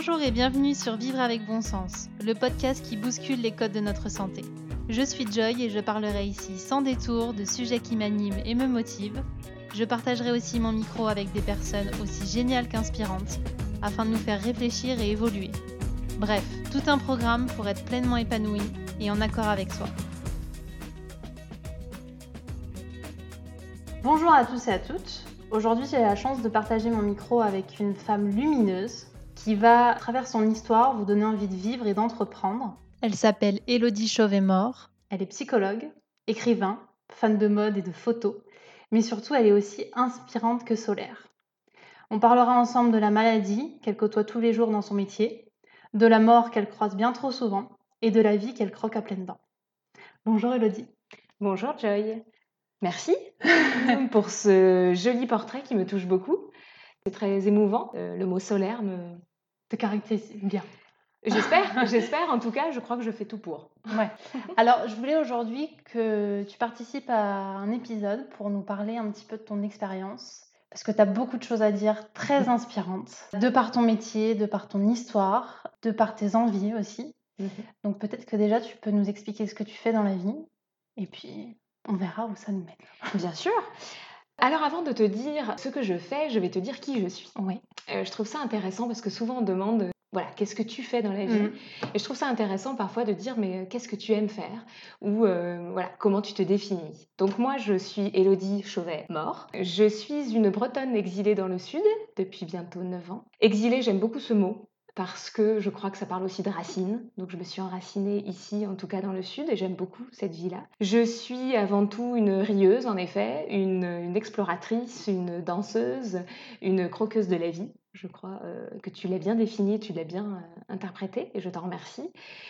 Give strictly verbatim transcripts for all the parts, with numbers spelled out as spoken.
Bonjour et bienvenue sur Vivre avec bon sens, le podcast qui bouscule les codes de notre santé. Je suis Joy et je parlerai ici sans détour de sujets qui m'animent et me motivent. Je partagerai aussi mon micro avec des personnes aussi géniales qu'inspirantes afin de nous faire réfléchir et évoluer. Bref, tout un programme pour être pleinement épanoui et en accord avec soi. Bonjour à tous et à toutes. Aujourd'hui, j'ai la chance de partager mon micro avec une femme lumineuse qui va, à travers son histoire, vous donner envie de vivre et d'entreprendre. Elle s'appelle Élodie Chauvet-Mort. Elle est psychologue, écrivain, fan de mode et de photos, mais surtout, elle est aussi inspirante que solaire. On parlera ensemble de la maladie qu'elle côtoie tous les jours dans son métier, de la mort qu'elle croise bien trop souvent et de la vie qu'elle croque à pleines dents. Bonjour Élodie. Bonjour Joy. Merci pour ce joli portrait qui me touche beaucoup. C'est très émouvant. Euh, le mot solaire me... te caractérise bien. J'espère, j'espère. En tout cas, je crois que je fais tout pour. Ouais. Alors, je voulais aujourd'hui que tu participes à un épisode pour nous parler un petit peu de ton expérience, parce que tu as beaucoup de choses à dire très inspirantes, de par ton métier, de par ton histoire, de par tes envies aussi. Mm-hmm. Donc peut-être que déjà, tu peux nous expliquer ce que tu fais dans la vie, et puis on verra où ça nous mène. Bien sûr. Alors avant de te dire ce que je fais, je vais te dire qui je suis. Oui. Euh, je trouve ça intéressant parce que souvent on demande, euh, voilà, qu'est-ce que tu fais dans la vie mmh. Et je trouve ça intéressant parfois de dire, mais euh, qu'est-ce que tu aimes faire Ou euh, voilà, comment tu te définis. Donc moi, je suis Élodie Chauvet-Mort. Je suis une Bretonne exilée dans le Sud depuis bientôt neuf ans. Exilée, j'aime beaucoup ce mot, parce que je crois que ça parle aussi de racines. Donc je me suis enracinée ici, en tout cas dans le Sud, et j'aime beaucoup cette vie-là. Je suis avant tout une rieuse, en effet, une, une exploratrice, une danseuse, une croqueuse de la vie. Je crois euh, que tu l'as bien définie, tu l'as bien euh, interprétée, et je t'en remercie.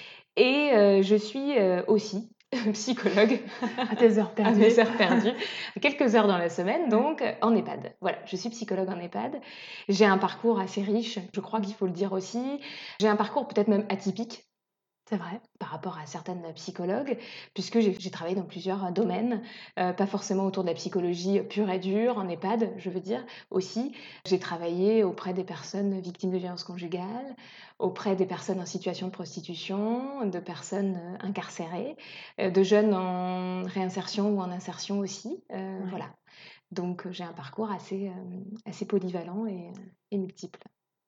Et euh, je suis euh, aussi psychologue à tes heures perdues, à mes heures perdues, quelques heures dans la semaine, donc en EHPAD. Voilà, je suis psychologue en EHPAD. J'ai un parcours assez riche, je crois qu'il faut le dire aussi. J'ai un parcours peut-être même atypique. C'est vrai. Par rapport à certaines psychologues, puisque j'ai, j'ai travaillé dans plusieurs domaines, euh, pas forcément autour de la psychologie pure et dure, en EHPAD, je veux dire, aussi. J'ai travaillé auprès des personnes victimes de violences conjugales, auprès des personnes en situation de prostitution, de personnes incarcérées, euh, de jeunes en réinsertion ou en insertion aussi. Euh, ouais. Voilà. Donc j'ai un parcours assez, euh, assez polyvalent et, et multiple.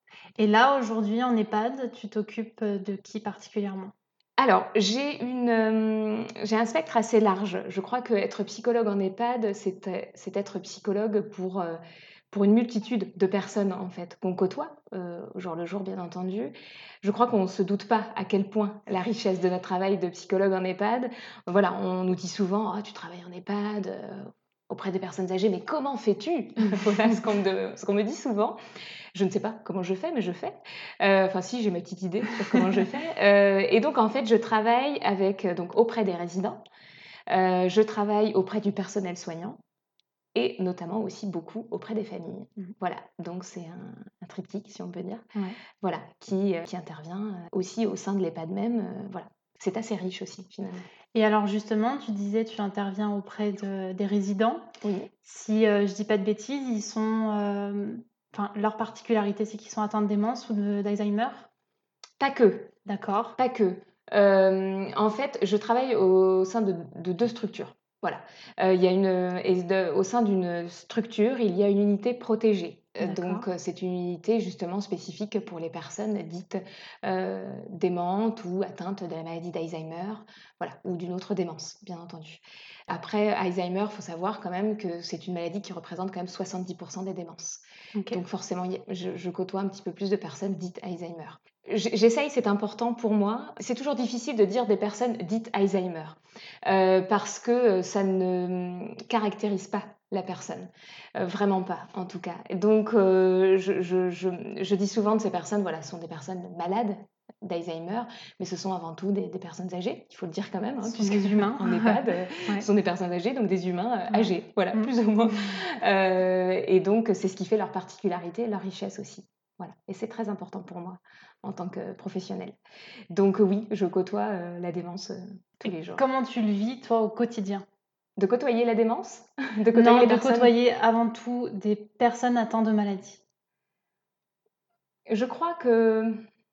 Et là, aujourd'hui, en EHPAD, tu t'occupes de qui particulièrement ? Alors, j'ai, une, euh, j'ai un spectre assez large. Je crois qu'être psychologue en EHPAD, c'est, c'est être psychologue pour, euh, pour une multitude de personnes, en fait, qu'on côtoie, euh, au jour le jour, bien entendu. Je crois qu'on ne se doute pas à quel point la richesse de notre travail de psychologue en EHPAD. Voilà, on nous dit souvent, oh, tu travailles en EHPAD euh, auprès des personnes âgées, mais comment fais-tu ? Voilà ce qu'on, me, ce qu'on me dit souvent. Je ne sais pas comment je fais, mais je fais. Euh, enfin, si, j'ai ma petite idée sur comment je fais. Euh, et donc, en fait, je travaille avec, donc, auprès des résidents. Euh, je travaille auprès du personnel soignant et notamment aussi beaucoup auprès des familles. Mmh. Voilà, donc c'est un, un triptyque, si on peut dire, ouais. Voilà, qui, euh, qui intervient aussi au sein de l'EHPAD même. Euh, voilà, c'est assez riche aussi, finalement. Et alors justement, tu disais tu interviens auprès de, des résidents. Oui. Si euh, je dis pas de bêtises, ils sont, euh, enfin leur particularité, c'est qu'ils sont atteints de démence ou de, d'Alzheimer ? Pas que. D'accord. Pas que. Euh, en fait, je travaille au sein de, de deux structures. Voilà. Euh, il y a une, et de, au sein d'une structure, il y a une unité protégée. D'accord. Donc, c'est une unité justement spécifique pour les personnes dites euh, démentes ou atteintes de la maladie d'Alzheimer, voilà, ou d'une autre démence, bien entendu. Après, Alzheimer, il faut savoir quand même que c'est une maladie qui représente quand même soixante-dix pour cent des démences. Okay. Donc, forcément, je, je côtoie un petit peu plus de personnes dites Alzheimer. J'essaye, c'est important pour moi. C'est toujours difficile de dire des personnes dites Alzheimer euh, parce que ça ne caractérise pas la personne, euh, vraiment pas en tout cas. Donc euh, je, je, je, je dis souvent de ces personnes, voilà, ce sont des personnes malades d'Alzheimer, mais ce sont avant tout des, des personnes âgées, il faut le dire quand même. Hein, ce sont des humains. En EHPAD, euh, ouais. Ce sont des personnes âgées, donc des humains euh, âgés, ouais. Voilà, mmh. Plus ou moins. Euh, et donc c'est ce qui fait leur particularité, leur richesse aussi. Voilà. Et c'est très important pour moi en tant que professionnelle. Donc oui, je côtoie euh, la démence euh, tous les jours. Comment tu le vis, toi, au quotidien ? De côtoyer la démence ? De côtoyer Non, les de personnes... côtoyer avant tout des personnes atteintes de maladies. Je crois que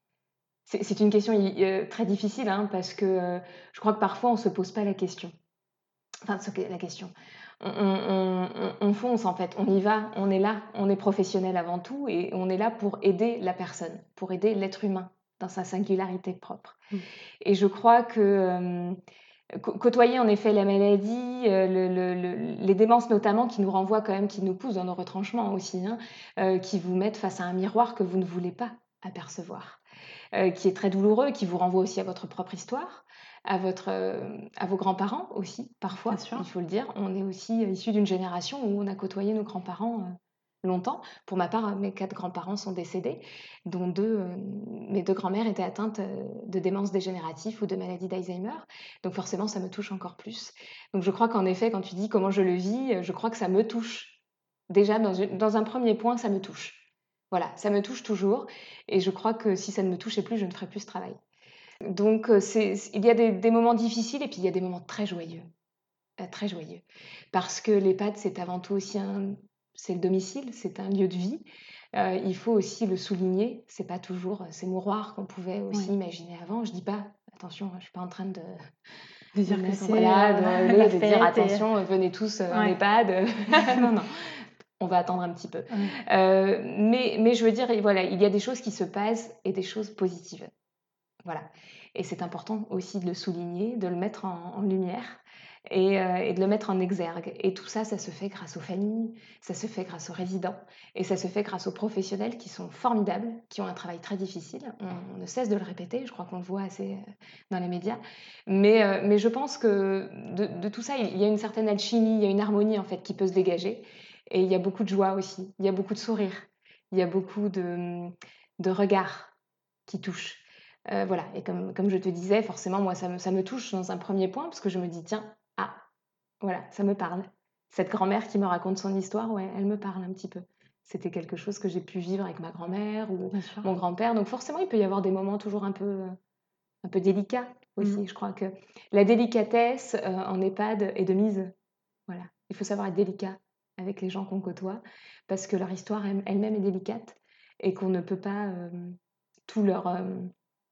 C'est c'est une question i heu, très difficile, hein, parce que, heu, je crois que parfois on se pose pas la question. Enfin, ce qu'est la question. On on on on on fonce en fait, on y va, on est là, on est professionnel avant tout et on est là pour aider la personne, pour aider l'être humain dans sa singularité propre. Mmh. Et je crois que, hem, cô côtoyer en effet la maladie, heu, le le le les démences notamment qui nous renvoient quand même, qui nous poussent dans nos retranchements aussi, hein, heu, qui vous mettent face à un miroir que vous ne voulez pas apercevoir, heu, qui est très douloureux, qui vous renvoie aussi à votre propre histoire, à votre, heu, à vos grands-parents aussi, Bien parfois, sûr. il faut le dire. On est aussi issus d'une génération où on a côtoyé nos grands-parents, heu, longtemps. Pour ma part, mes quatre grands-parents sont décédés, dont deux, heu, mes deux grands-mères étaient atteintes, heu, de démence dégénérative ou de maladie d'Alzheimer. Donc forcément, ça me touche encore plus. Donc je crois qu'en effet, quand tu dis: «Comment je le vis?», je crois que ça me touche. Déjà dans une dans un premier point, ça me touche. Voilà, ça me touche toujours et je crois que si ça ne me touchait plus, je ne ferais plus ce travail. Donc heu, c'est c il y a des des moments difficiles et puis il y a des moments très joyeux, heu, très joyeux. Parce que l'EHPAD, c'est avant tout aussi un c'est le domicile, c'est un lieu de vie. Heu, il faut aussi le souligner, c'est pas toujours ces mouroirs qu'on pouvait aussi Oui. imaginer avant. Je dis pas attention, je suis pas en train de De de dire que mettre c'est, voilà, heu, de la hurler, de dire: fête et «Attention, venez tous, heu, en ouais. EHPAD». Non, non, on va attendre un petit peu. Ouais. Heu, mais mais je veux dire, et voilà, il y a des choses qui se passent et des choses positives. Voilà et c'est important aussi de le souligner, de le mettre en en lumière et heu et de le mettre en exergue et tout ça, ça se fait grâce aux familles, ça se fait grâce aux résidents et ça se fait grâce aux professionnels qui sont formidables, qui ont un travail très difficile. On on ne cesse de le répéter, je crois qu'on le voit assez, heu, dans les médias. Mais heu, mais je pense que de de tout ça, il y a une certaine alchimie, il y a une harmonie, en fait, qui peut se dégager et il y a beaucoup de joie aussi, il y a beaucoup de sourires, il y a beaucoup de, mmh, de regards qui touchent. Heu, voilà et comme comme je te disais, forcément, moi, ça me ça me touche dans un premier point parce que je me dis: «Tiens, ah, voilà, ça me parle. Cette grand-mère qui me raconte son histoire, ouais, elle me parle un petit peu». C'était quelque chose que j'ai pu vivre avec ma grand-mère ou Bien sûr. mon grand-père, donc forcément, il peut y avoir des moments toujours un peu, heu, un peu délicats Mmh. aussi. Je crois que la délicatesse, heu, en EHPAD est de mise. Voilà, il faut savoir être délicat avec les gens qu'on côtoie parce que leur histoire elle elle-même est délicate et qu'on ne peut pas, hem, tout leur, hem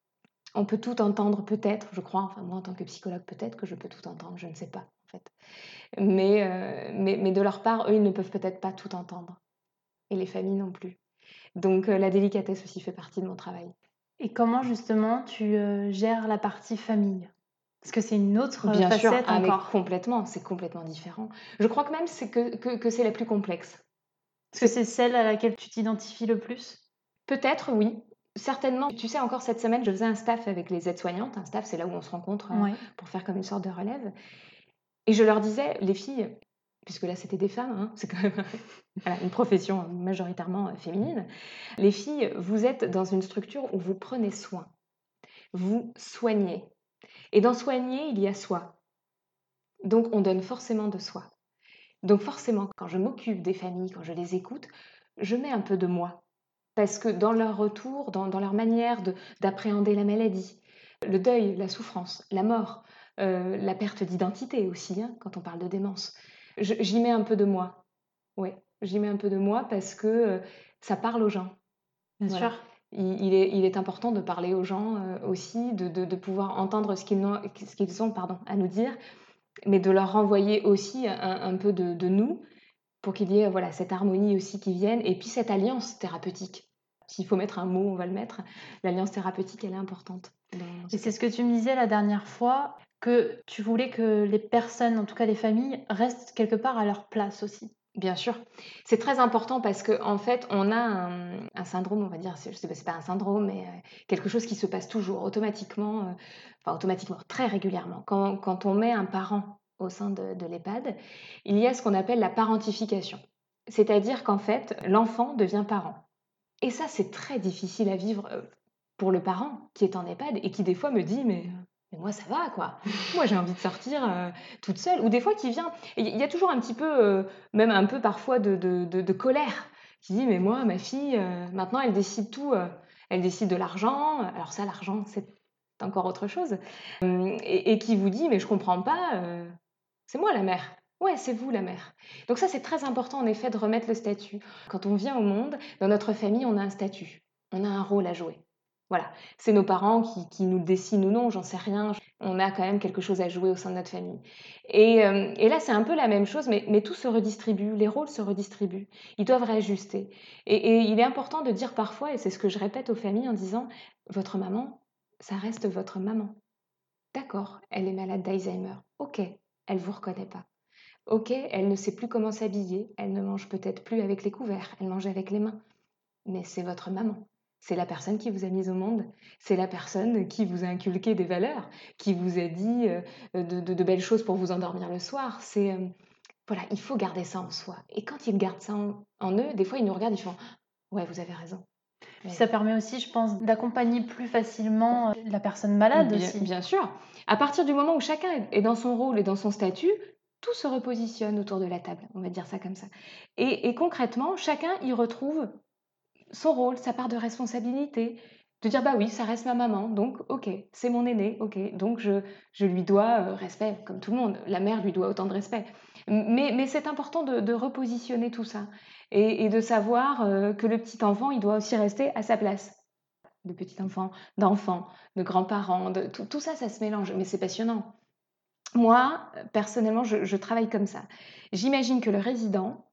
on peut tout entendre peut-être, je crois, enfin moi en tant que psychologue, peut-être que je peux tout entendre, je ne sais pas en fait. Mais heu, mais mais de leur part, eux, ils ne peuvent peut-être pas tout entendre et les familles non plus. Donc heu, la délicatesse aussi fait partie de mon travail. Et comment justement tu, heu, gères la partie famille? Parce que c'est une autre, heu, Bien sûr, facette ah mais encore. complètement, c'est complètement différent. Je crois que même c'est que que que c'est la plus complexe. Est-ce que C'est c'est celle à laquelle tu t'identifies le plus? peut-être oui, certainement. Tu sais encore cette semaine, je faisais un staff avec les aides-soignantes. Un staff, c'est là où on se rencontre, heu, Ouais. pour faire comme une sorte de relève et je leur disais: «Les filles», puisque là c'était des femmes, hein, c'est quand même voilà, une profession majoritairement, heu, féminine. «Les filles, vous êtes dans une structure où vous prenez soin, vous soignez et dans soigner, il y a soi. Donc on donne forcément de soi. Donc forcément, quand je m'occupe des familles, quand je les écoute, je mets un peu de moi. Parce que dans leur retour, dans dans leur manière de d'appréhender la maladie, le deuil, la souffrance, la mort, heu, la perte d'identité aussi, hein, quand on parle de démence, je j'y mets un peu de moi. Ouais, j'y mets un peu de moi parce que, heu, ça parle aux gens. Bien sûr. Voilà. Il il est il est important de parler aux gens, heu, aussi, de de de pouvoir entendre ce qu'ils n'ont ce qu'ils ont, pardon, à nous dire, mais de leur renvoyer aussi un un peu de de nous pour qu'il y ait, voilà, cette harmonie aussi qui vienne et puis cette alliance thérapeutique. S'il faut mettre un mot, on va le mettre. L'alliance thérapeutique, elle est importante dans Et ce c'est cas. ce que tu me disais la dernière fois, que tu voulais que les personnes, en tout cas les familles, restent quelque part à leur place aussi. Bien sûr, c'est très important parce qu'en fait, on a un un syndrome, on va dire, c'est je sais pas, c'est pas un syndrome, mais heu, quelque chose qui se passe toujours automatiquement, heu, enfin automatiquement, très régulièrement. Quand quand on met un parent au sein de de l'EHPAD, il y a ce qu'on appelle la parentification. C'est-à-dire qu'en fait, l'enfant devient parent et ça, c'est très difficile à vivre, heu, pour le parent qui est en EHPAD et qui des fois me dit: «Mais, heu, mais moi ça va quoi. Moi j'ai envie de sortir, heu, toute seule» ou des fois qui vient et il y a toujours un petit peu, heu, même un peu parfois de de de de colère, qui dit: «Mais moi ma fille, heu, maintenant elle décide tout, heu, elle décide de l'argent». Alors ça, l'argent, c'est encore autre chose. Hem et et qui vous dit: «Mais je comprends pas, heu, c'est moi la mère». Ouais, c'est vous la mère. Donc ça, c'est très important en effet de remettre le statut. Quand on vient au monde, dans notre famille, on a un statut, on a un rôle à jouer. Voilà, c'est nos parents qui, qui nous dessinent ou non, j'en sais rien. On a quand même quelque chose à jouer au sein de notre famille. Et, euh, et là, c'est un peu la même chose, mais, mais tout se redistribue, les rôles se redistribuent, ils doivent réajuster. Et, et il est important de dire parfois, et c'est ce que je répète aux familles en disant, votre maman, ça reste votre maman. D'accord, elle est malade d'Alzheimer. Ok, elle ne vous reconnaît pas. Ok, elle ne sait plus comment s'habiller, elle ne mange peut-être plus avec les couverts, elle mange avec les mains. Mais c'est votre maman. C'est la personne qui vous a mise au monde. C'est la personne qui vous a inculqué des valeurs, qui vous a dit euh, de, de- de belles choses pour vous endormir le soir. C'est euh, voilà, il faut garder ça en soi. Et quand ils gardent ça en, en eux, des fois ils nous regardent, ils font ouais, vous avez raison. Puis Ouais. ça permet aussi, je pense, d'accompagner plus facilement euh, la personne malade Bien, aussi. bien sûr. À partir du moment où chacun est est dans son rôle et dans son statut, tout se repositionne autour de la table. On va dire ça comme ça. Et, et concrètement, chacun y retrouve son rôle, sa part de responsabilité, de dire bah oui, ça reste ma maman, donc ok, c'est mon aîné, ok, donc je, je lui dois euh, respect, comme tout le monde. La mère lui doit autant de respect. Mais, mais c'est important de, de repositionner tout ça et, et de savoir euh, que le petit enfant, il doit aussi rester à sa place. De petit enfant, d'enfant, de grands-parents, de, tout, tout ça, ça se mélange, mais c'est passionnant. Moi, personnellement, je, je travaille comme ça. J'imagine que le résident,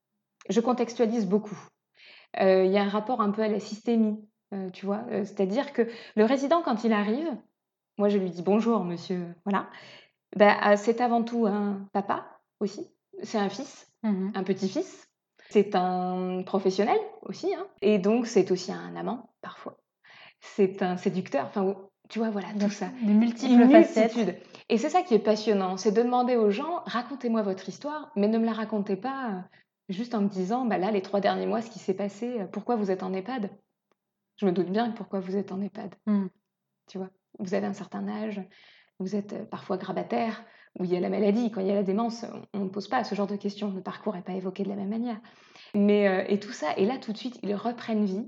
je contextualise beaucoup. Euh, Il y a un rapport un peu à la systémie, euh, tu vois. Euh, c'est-à-dire que le résident, quand il arrive, moi je lui dis bonjour, monsieur, voilà. Ben, euh, c'est avant tout un papa aussi, c'est un fils, Mhm. un petit-fils, c'est un professionnel aussi, hein. Et donc c'est aussi un amant parfois, c'est un séducteur, enfin tu vois, voilà, Il y a tout ça. de multiples Une facettes. multitude. Et c'est ça qui est passionnant, c'est de demander aux gens, racontez-moi votre histoire, mais ne me la racontez pas euh, juste en me disant, bah là, les trois derniers mois, ce qui s'est passé, euh, pourquoi vous êtes en EHPAD. Je me doute bien pourquoi vous êtes en EHPAD, Mm. tu vois. Vous avez un certain âge, vous êtes euh, parfois grabataire, ou il y a la maladie. Quand il y a la démence, on on ne pose pas ce genre de questions, le parcours n'est pas évoqué de la même manière. Mais, euh, et tout ça, et là, tout de suite, ils reprennent vie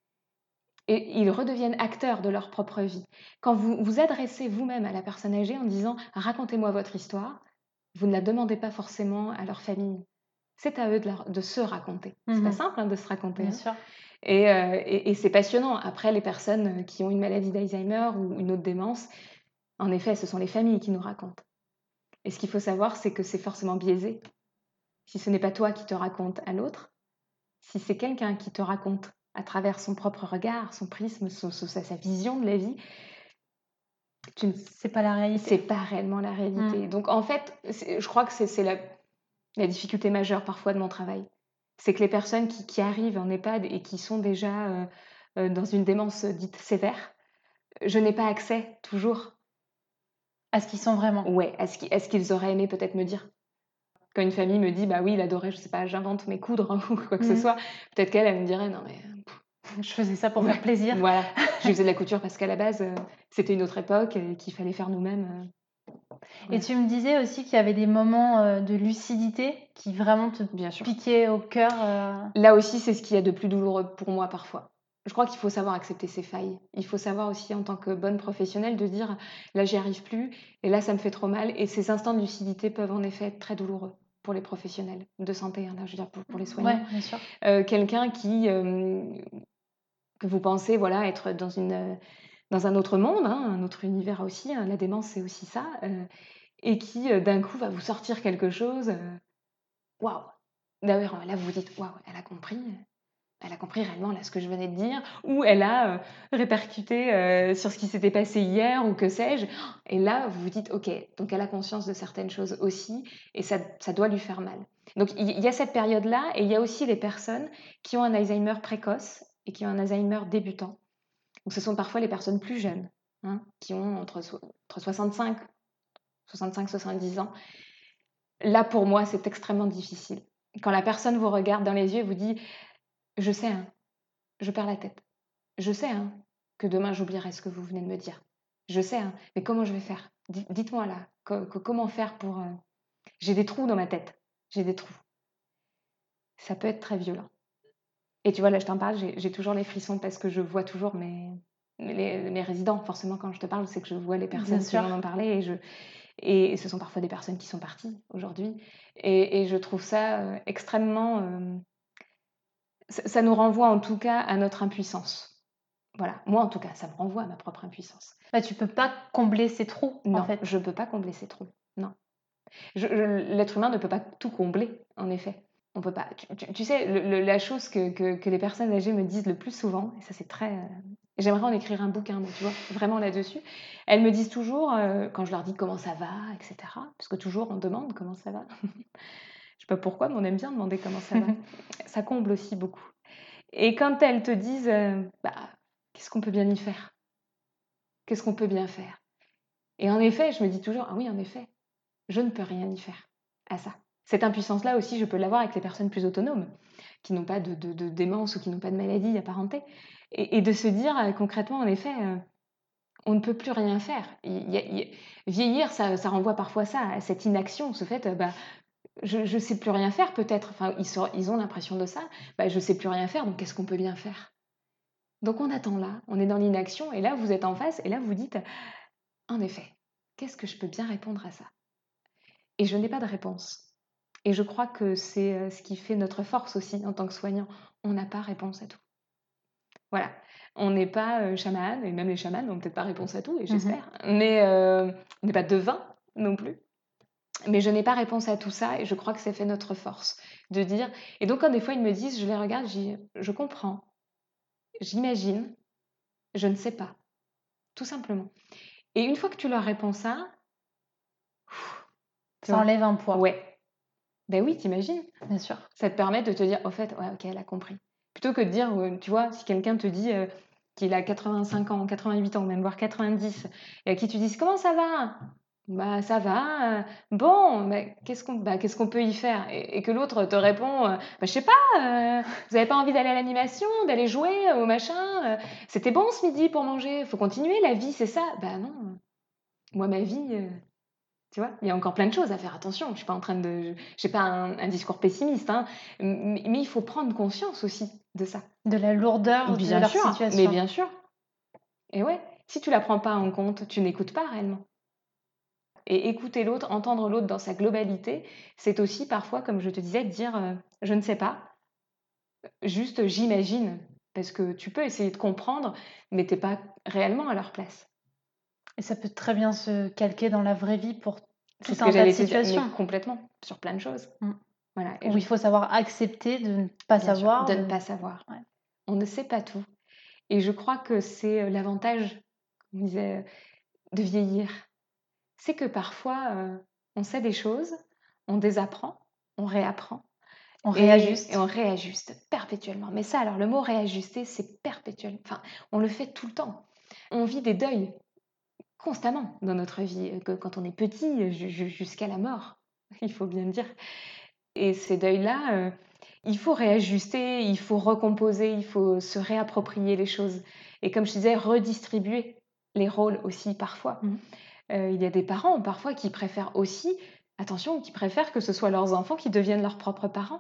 et ils redeviennent acteurs de leur propre vie. Quand vous vous adressez vous-même à la personne âgée en disant racontez-moi votre histoire, vous ne la demandez pas forcément à leur famille. C'est à eux de, leur- de se raconter. C'est pas Mhm. simple hein, de se raconter. Bien hein. sûr. Et, euh, et- et c'est passionnant. Après, les personnes qui ont une maladie d'Alzheimer ou une autre démence, en effet, ce sont les familles qui nous racontent. Et ce qu'il faut savoir, c'est que c'est forcément biaisé. Si ce n'est pas toi qui te raconte à l'autre, si c'est quelqu'un qui te raconte à travers son propre regard, son prisme, son- son- sa, sa vision de la vie, tu ne- C'est pas la réalité. c'est pas réellement la réalité. Mm. Donc en fait, c'est- je crois que c'est c'est la, la difficulté majeure parfois de mon travail. C'est que les personnes qui, qui arrivent en EHPAD et qui sont déjà euh, euh, dans une démence dite sévère, je n'ai pas accès toujours À ce qu'ils sont vraiment. ouais, à ce qui- à ce qu'ils auraient aimé peut-être me dire. Quand une famille me dit, bah oui, il adorait, je sais pas, j'invente mes coudre hein, ou quoi que ce Mm. soit, peut-être qu'elle, elle me dirait, non mais Je faisais ça pour ouais, faire plaisir. voilà, je faisais de la couture parce qu'à la base, euh, c'était une autre époque et qu'il fallait faire nous-mêmes. euh, Et voilà. tu me disais aussi qu'il y avait des moments euh, de lucidité qui vraiment te Bien sûr. piquaient au cœur. euh. Là aussi, c'est ce qu'il y a de plus douloureux pour moi parfois. Je crois qu'il faut savoir accepter ses failles. Il faut savoir aussi, en tant que bonne professionnelle, de dire là, j'y arrive plus, et là, ça me fait trop mal. Et ces instants de lucidité peuvent en effet être très douloureux pour les professionnels de santé, hein, là, je veux dire pour, pour les soignants. Ouais, bien sûr. Euh, quelqu'un qui, euh, que vous pensez voilà, être dans, une, euh, dans un autre monde, hein, un autre univers aussi, hein, la démence, c'est aussi ça, euh, et qui, euh, d'un coup, va vous sortir quelque chose. euh, Waouh! D'ailleurs, là, vous vous dites waouh, elle a compris. Elle a compris réellement là, ce que je venais de dire, ou elle a euh, répercuté euh, sur ce qui s'était passé hier, ou que sais-je. Et là, vous vous dites, ok, donc elle a conscience de certaines choses aussi, et ça, ça doit lui faire mal. Donc il y, y a cette période-là, et il y a aussi les personnes qui ont un Alzheimer précoce et qui ont un Alzheimer débutant. Donc ce sont parfois les personnes plus jeunes, hein, qui ont entre, so- entre soixante-cinq, soixante-cinq, soixante-dix ans. Là, pour moi, c'est extrêmement difficile. Quand la personne vous regarde dans les yeux et vous dit, je sais, hein, je perds la tête. Je sais hein, que demain j'oublierai ce que vous venez de me dire. Je sais, hein, mais comment je vais faire? Di- Dites-moi là, co- co- comment faire pour... euh, J'ai des trous dans ma tête. J'ai des trous. Ça peut être très violent. Et tu vois, là, je t'en parle, j'ai j'ai toujours les frissons parce que je vois toujours mes, mes, mes résidents. Forcément, quand je te parle, c'est que je vois les Bien personnes qui sûr. m'en ont parlé et, je, et ce sont parfois des personnes qui sont parties aujourd'hui. Et, et je trouve ça euh, extrêmement... euh, ça, ça nous renvoie en tout cas à notre impuissance Voilà, moi en tout cas, ça me renvoie à ma propre impuissance. Bah, tu peux pas combler ces trous, en Non, fait. je peux pas combler ces trous. Non. Je, je- l'être humain ne peut pas tout combler, en effet. On peut pas. Tu, tu- tu sais, le- le- la chose que, que- que les personnes âgées me disent le plus souvent, et ça c'est très. euh, J'aimerais en écrire un bouquin, moi, tu vois, vraiment là-dessus. Elles me disent toujours, euh, quand je leur dis comment ça va, et cetera, parce que toujours on demande comment ça va. Je sais pas pourquoi, mais on aime bien demander comment ça va. Ça comble aussi beaucoup. Et quand elles te disent, euh, bah, qu'est-ce qu'on peut bien y faire? Qu'est-ce qu'on peut bien faire? Et en effet, je me dis toujours, ah oui, en effet, je ne peux rien y faire à ça. Cette impuissance-là aussi, je peux l'avoir avec les personnes plus autonomes, qui n'ont pas de, de- de démence ou qui n'ont pas de maladie apparentée. Et, et de se dire euh, concrètement, en effet, euh, on ne peut plus rien faire. Il y a- il y a- Vieillir, ça, ça renvoie parfois ça, à cette inaction, ce fait, euh, bah, je ne sais plus rien faire peut-être. Enfin, ils, sont- ils ont l'impression de ça. Bah, je ne sais plus rien faire, donc qu'est-ce qu'on peut bien faire? Donc on attend là, on est dans l'inaction, et là vous êtes en face, et là vous dites, en effet, qu'est-ce que je peux bien répondre à ça? Et je n'ai pas de réponse. Et je crois que c'est euh, ce qui fait notre force aussi en tant que soignant. On n'a pas réponse à tout. Voilà. On n'est pas euh, chaman, et même les chamans n'ont peut-être pas réponse à tout, et Mhm. j'espère. Mais euh, on n'est pas devin non plus. Mais je n'ai pas réponse à tout ça, et je crois que ça fait notre force de dire. Et donc, quand des fois ils me disent, je les regarde, je dis, je comprends, j'imagine, je ne sais pas, tout simplement. Et une fois que tu leur réponds ça, tu Ça vois, enlève un poids, ouais, ben oui, t'imagines. bien sûr. Ça te permet de te dire, au fait, ouais, ok, elle a compris. Plutôt que de dire, euh, tu vois, si quelqu'un te dit euh, qu'il a quatre-vingt-cinq ans, quatre-vingt-huit ans, même voire quatre-vingt-dix, et à qui tu dis, comment ça va? Bah ça va. euh, Bon, mais qu'est-ce qu'on bah, qu'est-ce qu'on peut y faire? Et, et que l'autre te répond, euh, bah, je sais pas, euh, vous avez pas envie d'aller à l'animation, d'aller jouer euh, au machin? euh, C'était bon ce midi pour manger, faut continuer, la vie, c'est ça. Bah non, moi ma vie, euh, tu vois, il y a encore plein de choses à faire attention. Je suis pas en train de, j'ai pas un, un discours pessimiste, hein, mais, mais il faut prendre conscience aussi de ça. De la lourdeur de Bien leur sûr, mais situation. bien sûr. Et ouais, si tu la prends pas en compte, tu n'écoutes pas réellement. Et écouter l'autre, entendre l'autre dans sa globalité, c'est aussi parfois, comme je te disais, de dire euh, je ne sais pas, juste j'imagine. Parce que tu peux essayer de comprendre, mais t'es pas réellement à leur place. Et ça peut très bien se calquer dans la vraie vie pour C'est tout ce un que tas de j'allais te dire, mais situations. complètement, sur plein de choses. Mm. Voilà. Et Où je- il faut savoir accepter de ne pas Bien sûr, savoir. de de- ne pas savoir. Ouais. On ne sait pas tout. Et je crois que c'est euh, l'avantage, comme on disait, de vieillir. C'est que parfois, euh, on sait des choses, on désapprend, on réapprend. On Et, réajuste. et on réajuste perpétuellement. Mais ça, alors le mot réajuster, c'est perpétuel. Enfin, on le fait tout le temps. On vit des deuils constamment dans notre vie, euh, que quand on est petit, ju- ju- jusqu'à la mort, il faut bien le dire. Et ces deuils-là, euh, il faut réajuster, il faut recomposer, il faut se réapproprier les choses. Et comme je disais, redistribuer les rôles aussi parfois. Mhm. Euh, il y a des parents parfois qui préfèrent aussi, attention, qui préfèrent que ce soit leurs enfants qui deviennent leurs propres parents.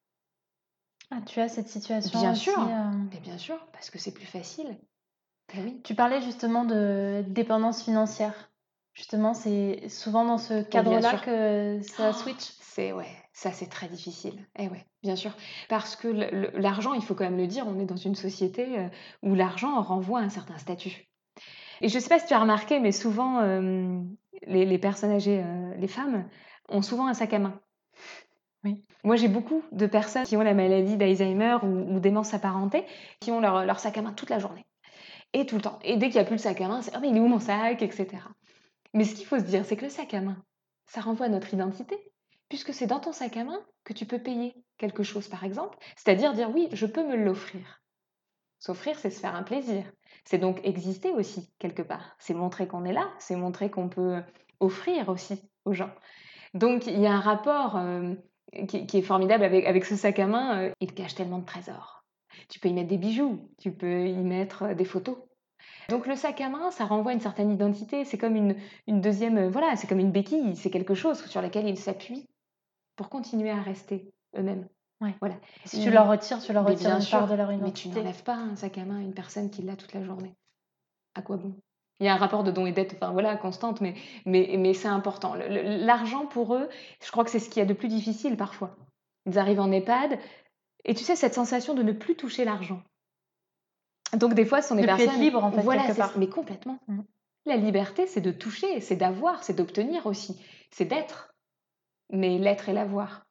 Ah, tu as cette situation Bien aussi. sûr, euh, mais bien sûr, parce que c'est plus facile. Eh oui. Tu parlais justement de dépendance financière. Justement, c'est souvent dans ce Oh, bien cadre-là sûr. que ça Oh, switch. c'est ouais, ça c'est très difficile. Eh ouais, bien sûr, parce que le- le- l'argent, il faut quand même le dire, on est dans une société euh, où l'argent renvoie à un certain statut. Et je ne sais pas si tu as remarqué, mais souvent euh, les, les personnes âgées, euh, les femmes, ont souvent un sac à main. Oui. Moi, j'ai beaucoup de personnes qui ont la maladie d'Alzheimer ou, ou démence apparentée, qui ont leur, leur sac à main toute la journée et tout le temps. Et dès qu'il n'y a plus le sac à main, c'est ah mais il est où mon sac, et cetera. Mais ce qu'il faut se dire, c'est que le sac à main, ça renvoie à notre identité, puisque c'est dans ton sac à main que tu peux payer quelque chose, par exemple. C'est-à-dire dire oui, je peux me l'offrir. S'offrir, c'est se faire un plaisir. C'est donc exister aussi, quelque part. C'est montrer qu'on est là, c'est montrer qu'on peut offrir aussi aux gens. Donc, il y a un rapport euh, qui, qui est formidable avec, avec ce sac à main. euh, il cache tellement de trésors. Tu peux y mettre des bijoux, tu peux y mettre euh, des photos. Donc le sac à main, ça renvoie à une certaine identité. C'est comme une, une deuxième, euh, voilà, c'est comme une béquille. C'est quelque chose sur lequel ils s'appuient pour continuer à rester eux-mêmes. Ouais. Voilà. Si tu Ils- leur retires, tu leur Mais retires bien une part sûr, de leur mais tu identité. n'enlèves pas un sac à main à une personne qui l'a toute la journée. À quoi bon? Il y a un rapport de don et dette, enfin voilà, constante, mais, mais, mais c'est important. Le- le- L'argent pour eux, je crois que c'est ce qu'il y a de plus difficile parfois. Ils arrivent en EHPAD, et tu sais, cette sensation de ne plus toucher l'argent. Donc des fois, ce sont des de personnes... plus être libre, en fait, voilà, quelque c'est... part. mais complètement. Mmh. La liberté, c'est de toucher, c'est d'avoir, c'est d'obtenir aussi, c'est d'être. Mais l'être et l'avoir,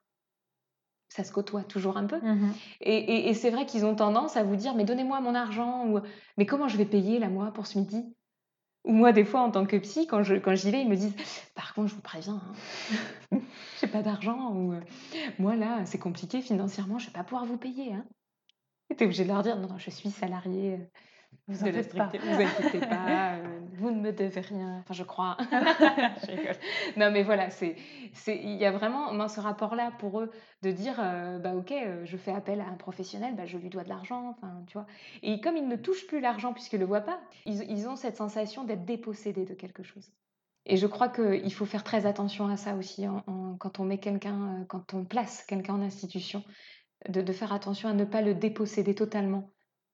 ça se côtoie toujours un peu. Mmh. Et, et- et c'est vrai qu'ils ont tendance à vous dire, mais donnez-moi mon argent, ou mais comment je vais payer là, moi, pour ce midi? Ou moi, des fois, en tant que psy, quand je, quand j'y vais, ils me disent, par contre, je vous préviens, hein, j'ai pas d'argent, ou euh, moi, là, c'est compliqué financièrement, je vais pas pouvoir vous payer. Hein. Et t'es obligé de leur dire, non, non, je suis salariée euh, Vous de la en faites pas. stricte, vous inquiétez pas, euh, vous ne me devez rien, enfin, je crois. Je rigole. Non, mais voilà, c'est, c'est, il y a vraiment moi, ce rapport-là pour eux de dire, euh, bah ok, euh, je fais appel à un professionnel, bah, je lui dois de l'argent, enfin, tu vois. Et comme ils ne touchent plus l'argent puisqu'ils ne le voient pas, ils, ils ont cette sensation d'être dépossédés de quelque chose. Et je crois qu'il faut faire très attention à ça aussi en- en- quand on met quelqu'un, euh, quand on place quelqu'un en institution, de, de faire attention à ne pas le déposséder totalement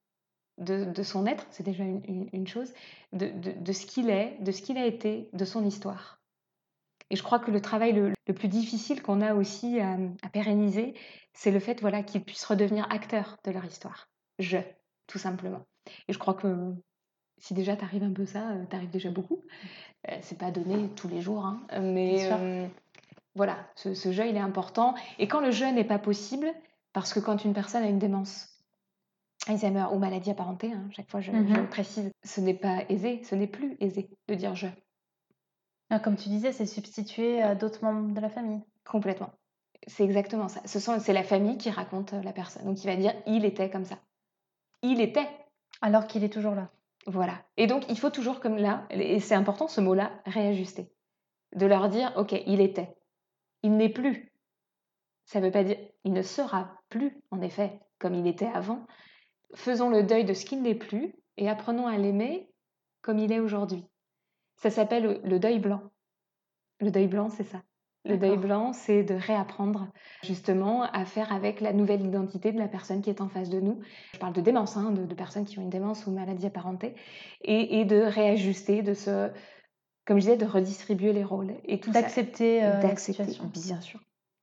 de, de son être, c'est déjà une, une- une chose, de, de- de ce qu'il est, de ce qu'il a été, de son histoire. Et je crois que le travail le, le plus difficile qu'on a aussi à, à pérenniser, c'est le fait voilà, qu'ils puissent redevenir acteurs de leur histoire. Je, tout simplement. Et je crois que si déjà tu arrives un peu ça, tu arrives déjà beaucoup. Euh, c'est pas donné tous les jours, hein, mais euh, voilà, ce, ce jeu, il est important. Et quand le jeu n'est pas possible, parce que quand une personne a une démence, Alzheimer ou maladie apparentée, hein, chaque fois je, Mmh. je le précise, ce n'est pas aisé, ce n'est plus aisé de dire je. Ah, comme tu disais, c'est substitué à d'autres membres de la famille. Complètement. C'est exactement ça. Ce sont, c'est la famille qui raconte la personne. Donc il va dire il était comme ça. Il était. Alors qu'il est toujours là. Voilà. Et donc il faut toujours comme là, et c'est important ce mot-là, réajuster. De leur dire ok, il était. Il n'est plus. Ça ne veut pas dire il ne sera plus, en effet, comme il était avant. Faisons le deuil de ce qu'il n'est plus et apprenons à l'aimer comme il est aujourd'hui. Ça s'appelle le, le deuil blanc. Le deuil blanc, c'est ça. Le deuil D'accord. blanc, c'est de réapprendre justement à faire avec la nouvelle identité de la personne qui est en face de nous. Je parle de démence, hein, de, de personnes qui ont une démence ou maladie apparentée, et, et de réajuster, de se, comme je disais, de redistribuer les rôles. Et tout ça, D'accepter euh, la d'accepter, situation. bien sûr.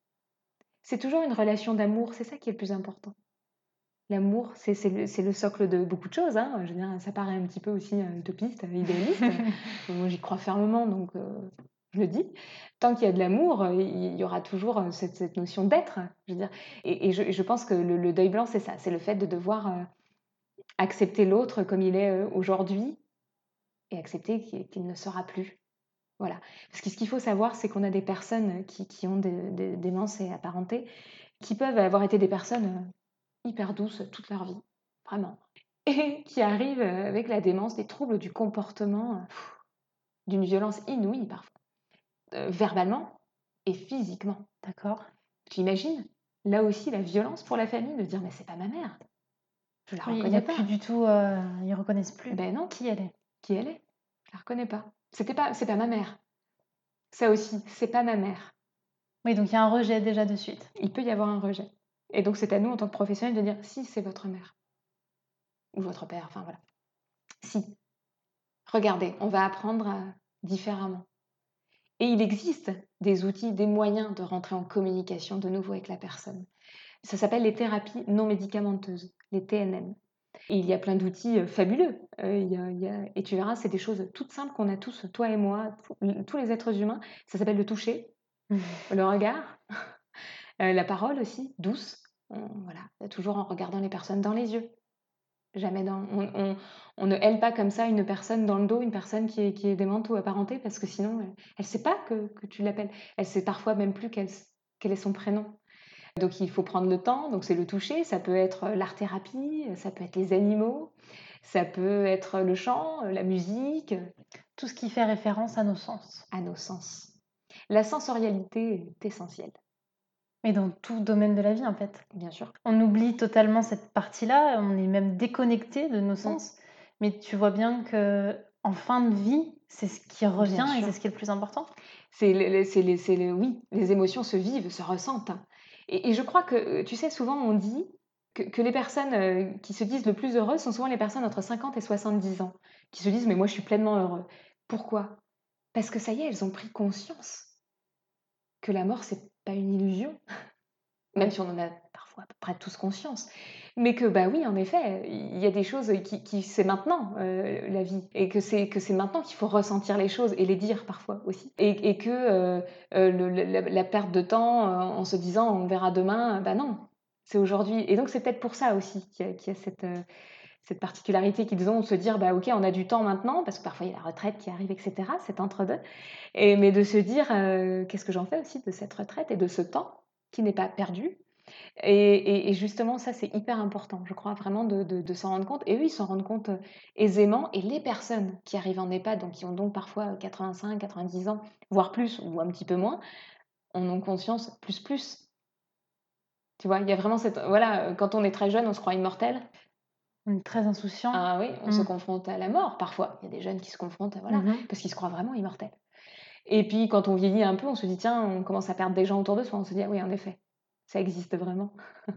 C'est toujours une relation d'amour, c'est ça qui est le plus important. L'amour, c'est c'est le, c'est le socle de beaucoup de choses. Hein. Je veux dire, ça paraît un petit peu aussi euh, utopiste, euh, idéaliste. Moi, j'y crois fermement, donc euh, je le dis. Tant qu'il y a de l'amour, euh, il y aura toujours euh, cette, cette notion d'être. Je veux dire. Et, et je, je pense que le, le deuil blanc, c'est ça. C'est le fait de devoir euh, accepter l'autre comme il est euh, aujourd'hui et accepter qu'il, qu'il ne sera plus. Voilà. Parce que ce qu'il faut savoir, c'est qu'on a des personnes qui, qui ont des, des démences et apparentées, qui peuvent avoir été des personnes euh, hyper douces toute leur vie. Vraiment. Et qui arrivent euh, avec la démence, des troubles du comportement, euh, pff, d'une violence inouïe parfois, euh, verbalement et physiquement. D'accord. Tu imagines là aussi la violence pour la famille de dire mais c'est pas ma mère, je la Oui, il n'y a reconnais pas. plus du tout. Euh, ils reconnaissent plus Ben non, qui elle est. qui elle est, je la reconnais pas. C'était pas, c'est pas ma mère. Ça aussi, c'est pas ma mère. Oui, donc il y a un rejet déjà de suite. Il peut y avoir un rejet. Et donc c'est à nous en tant que professionnels de dire si c'est votre mère ou votre père, enfin voilà. Si, regardez, on va apprendre euh, différemment. Et il existe des outils, des moyens de rentrer en communication de nouveau avec la personne. Ça s'appelle les thérapies non médicamenteuses, les T N M. Et il y a plein d'outils euh, fabuleux. Euh, il y a, il y a, et tu verras, c'est des choses toutes simples qu'on a tous, toi et moi, tous, tous les êtres humains. Ça s'appelle le toucher, le regard, euh, la parole aussi, douce. On, voilà, toujours en regardant les personnes dans les yeux. Jamais dans, on, on, on ne hèle pas comme ça une personne dans le dos, une personne qui est, qui est démente ou apparentée, parce que sinon, elle ne sait pas que, que tu l'appelles. Elle sait parfois même plus quel, quel est son prénom. Donc il faut prendre le temps, donc c'est le toucher, ça peut être l'art-thérapie, ça peut être les animaux, ça peut être le chant, la musique. Tout ce qui fait référence à nos sens. À nos sens. La sensorialité est essentielle. Et dans tout domaine de la vie, en fait. Bien sûr. On oublie totalement cette partie-là, on est même déconnecté de nos sens. Mmh. Mais tu vois bien que en fin de vie, c'est ce qui revient et c'est ce qui est le plus important. C'est les, c'est les, c'est les, oui, les émotions se vivent, se ressentent. Et, et je crois que, tu sais, souvent on dit que, que les personnes euh, qui se disent le plus heureuses sont souvent les personnes entre cinquante et soixante-dix ans, qui se disent mais moi je suis pleinement heureux. Pourquoi? Parce que ça y est, elles ont pris conscience que la mort c'est pas une illusion, même si on en a parfois à peu près tous conscience. Mais que, bah oui, en effet, il y a des choses qui, qui c'est maintenant, euh, la vie, et que c'est que c'est maintenant qu'il faut ressentir les choses et les dire parfois aussi. Et, et que euh, euh, le- la, la perte de temps euh, en se disant on verra demain, bah non, c'est aujourd'hui. Et donc c'est peut-être pour ça aussi qu'il y a, qu'il y a cette, euh, cette particularité qu'ils ont de se dire bah ok, on a du temps maintenant, parce que parfois il y a la retraite qui arrive, et cetera, cet entre-deux. Et, mais de se dire euh, qu'est-ce que j'en fais aussi de cette retraite et de ce temps qui n'est pas perdu. Et, et- et justement, ça, c'est hyper important, je crois vraiment de, de- de s'en rendre compte. Et eux, ils s'en rendent compte euh, aisément. Et les personnes qui arrivent en EHPAD, donc qui ont donc parfois quatre-vingt-cinq, quatre-vingt-dix ans, voire plus, ou un petit peu moins, en ont conscience plus plus. Tu vois, il y a vraiment cette... Voilà, euh, quand on est très jeune, on se croit immortel. On est très insouciant. Ah oui, on se Mm. confronte à la mort parfois. Il y a des jeunes qui se confrontent, voilà, Mhm. parce qu'ils se croient vraiment immortels. Et puis, quand on vieillit un peu, on se dit, tiens, on commence à perdre des gens autour de soi. On se dit, ah oui, en effet, ça existe vraiment.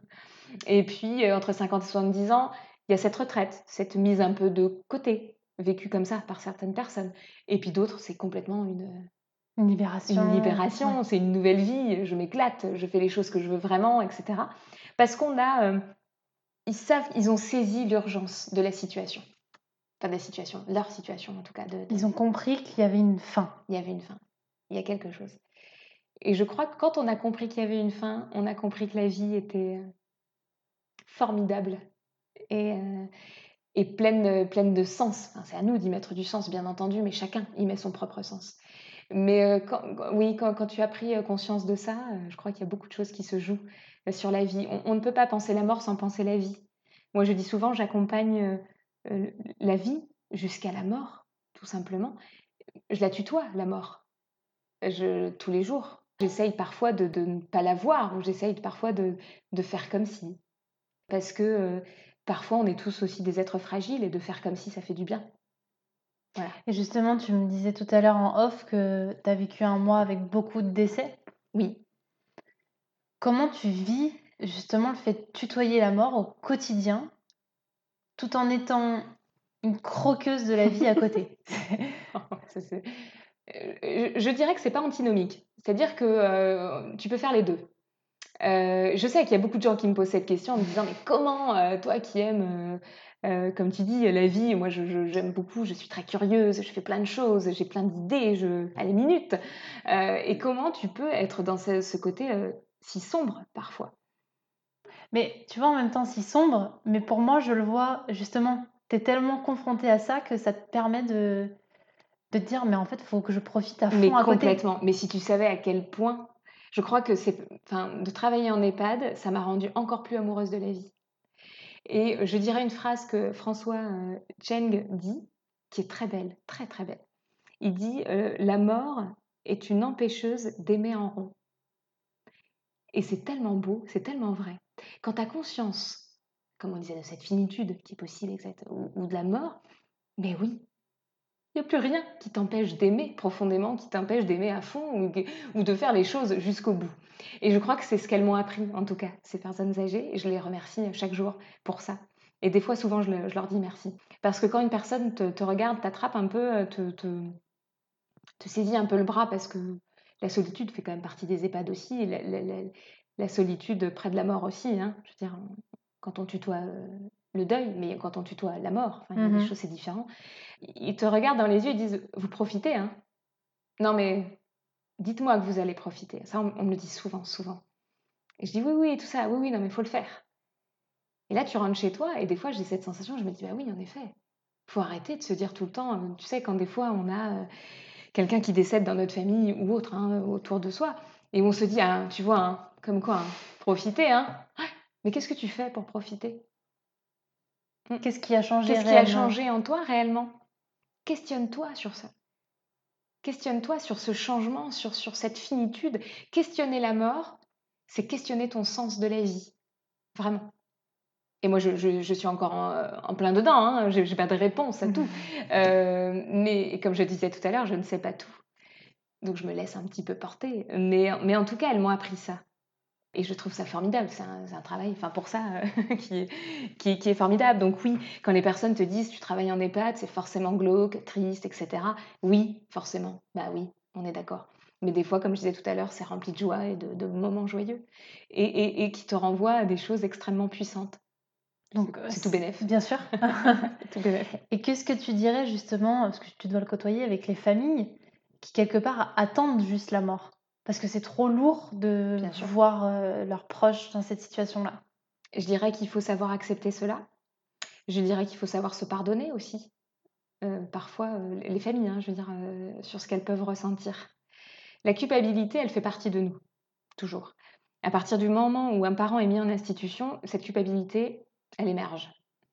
Et puis, euh, entre cinquante et soixante-dix ans, il y a cette retraite, cette mise un peu de côté, vécue comme ça par certaines personnes. Et puis d'autres, c'est complètement une, Une libération. une Ouais. libération, c'est une nouvelle vie, je m'éclate, je fais les choses que je veux vraiment, et cetera. Parce qu'on a, euh, ils savent, ils ont saisi l'urgence de la situation. Enfin, de la situation, leur situation en tout cas. De, de- Ils ont compris qu'il y avait une fin. Il y avait une fin, il y a quelque chose. Et je crois que quand on a compris qu'il y avait une fin, on a compris que la vie était euh, formidable et, euh, et pleine, pleine de sens. Enfin, c'est à nous d'y mettre du sens, bien entendu, mais chacun y met son propre sens. Mais euh, quand, oui, quand, quand tu as pris euh, conscience de ça, euh, je crois qu'il y a beaucoup de choses qui se jouent euh, sur la vie. On, on ne peut pas penser la mort sans penser la vie. Moi, je dis souvent, j'accompagne euh, euh, la vie jusqu'à la mort, tout simplement. Je la tutoie, la mort, je, tous les jours. J'essaye parfois de, de ne pas la voir, ou j'essaye parfois de, de faire comme si. Parce que euh, parfois, on est tous aussi des êtres fragiles et de faire comme si ça fait du bien. Voilà. Et justement, tu me disais tout à l'heure en off que tu as vécu un mois avec beaucoup de décès. Oui. Comment tu vis justement le fait de tutoyer la mort au quotidien tout en étant une croqueuse de la vie à côté? Ça, c'est- Euh, je, je dirais que c'est pas antinomique. C'est-à-dire que euh, tu peux faire les deux. Euh, je sais qu'il y a beaucoup de gens qui me posent cette question en me disant mais comment euh, toi qui aimes, euh, euh, comme tu dis, la vie, moi je, je- j'aime beaucoup, je suis très curieuse, je fais plein de choses, j'ai plein d'idées, je, à la minute. Euh, et comment tu peux être dans ce, ce côté euh, si sombre parfois? Mais tu vois, en même temps, si sombre, mais pour moi, je le vois justement, tu es tellement confronté à ça que ça te permet de, de te dire, mais en fait, il faut que je profite à fond Mais à côté. complètement. Mais si tu savais à quel point, je crois que c'est, enfin, de travailler en EHPAD, ça m'a rendue encore plus amoureuse de la vie. Et je dirais une phrase que François euh, Cheng dit, qui est très belle, très très belle. Il dit euh, la mort est une empêcheuse d'aimer en rond. Et c'est tellement beau, c'est tellement vrai. Quand tu as conscience, comme on disait, de cette finitude qui est possible, exact, ou, ou de la mort, mais oui, il n'y a plus rien qui t'empêche d'aimer profondément, qui t'empêche d'aimer à fond ou, ou de faire les choses jusqu'au bout. Et je crois que c'est ce qu'elles m'ont appris, en tout cas, ces personnes âgées, et je les remercie chaque jour pour ça. Et des fois, souvent, je, le- je leur dis merci. Parce que quand une personne te, te regarde, t'attrape un peu, te, te, te saisit un peu le bras, parce que la solitude fait quand même partie des EHPAD aussi, et la, la- la- la solitude près de la mort aussi. Hein. Je veux dire, quand on tutoie euh, le deuil, mais quand on tutoie la mort, enfin, il y a des Mhm. choses, c'est différent. Ils te regardent dans les yeux et disent, vous profitez, hein? Non, mais dites-moi que vous allez profiter. Ça, on, on me le dit souvent, souvent. Et je dis, oui, oui, tout ça, oui, oui, non, mais il faut le faire. Et là, tu rentres chez toi, et des fois, j'ai cette sensation, je me dis, bah oui, en effet. Il faut arrêter de se dire tout le temps, euh, tu sais, quand des fois, on a euh, quelqu'un qui décède dans notre famille ou autre, hein, autour de soi, et on se dit, ah, tu vois, hein, comme quoi, hein, profiter, hein? Ouais, mais qu'est-ce que tu fais pour profiter? Qu'est-ce qui a changé Qu'est-ce qui a réellement? changé en toi réellement? Questionne-toi sur ça. Questionne-toi sur ce changement, sur, sur cette finitude. Questionner la mort, c'est questionner ton sens de la vie. Vraiment. Et moi, je, je- je suis encore en, en plein dedans, hein. Je n'ai pas de réponse à tout. Euh, mais comme je disais tout à l'heure, je ne sais pas tout. Donc je me laisse un petit peu porter. Mais, mais en tout cas, elles m'ont appris ça. Et je trouve ça formidable, c'est un, c'est un travail, enfin pour ça, euh, qui, est, qui, est, qui est formidable. Donc oui, quand les personnes te disent tu travailles en EHPAD, c'est forcément glauque, triste, et cetera. Oui, forcément, bah oui, on est d'accord. Mais des fois, comme je disais tout à l'heure, c'est rempli de joie et de, de moments joyeux et, et, et qui te renvoient à des choses extrêmement puissantes. Donc, c'est, c'est tout bénef. Bien sûr. tout bénef. Et qu'est-ce que tu dirais justement, parce que tu dois le côtoyer avec les familles qui quelque part attendent juste la mort, parce que c'est trop lourd de Bien sûr. voir euh, leurs proches dans cette situation-là. Je dirais qu'il faut savoir accepter cela. Je dirais qu'il faut savoir se pardonner aussi. Euh, parfois, euh, les familles, hein, je veux dire, euh, sur ce qu'elles peuvent ressentir. La culpabilité, elle fait partie de nous, toujours. À partir du moment où un parent est mis en institution, cette culpabilité, elle émerge.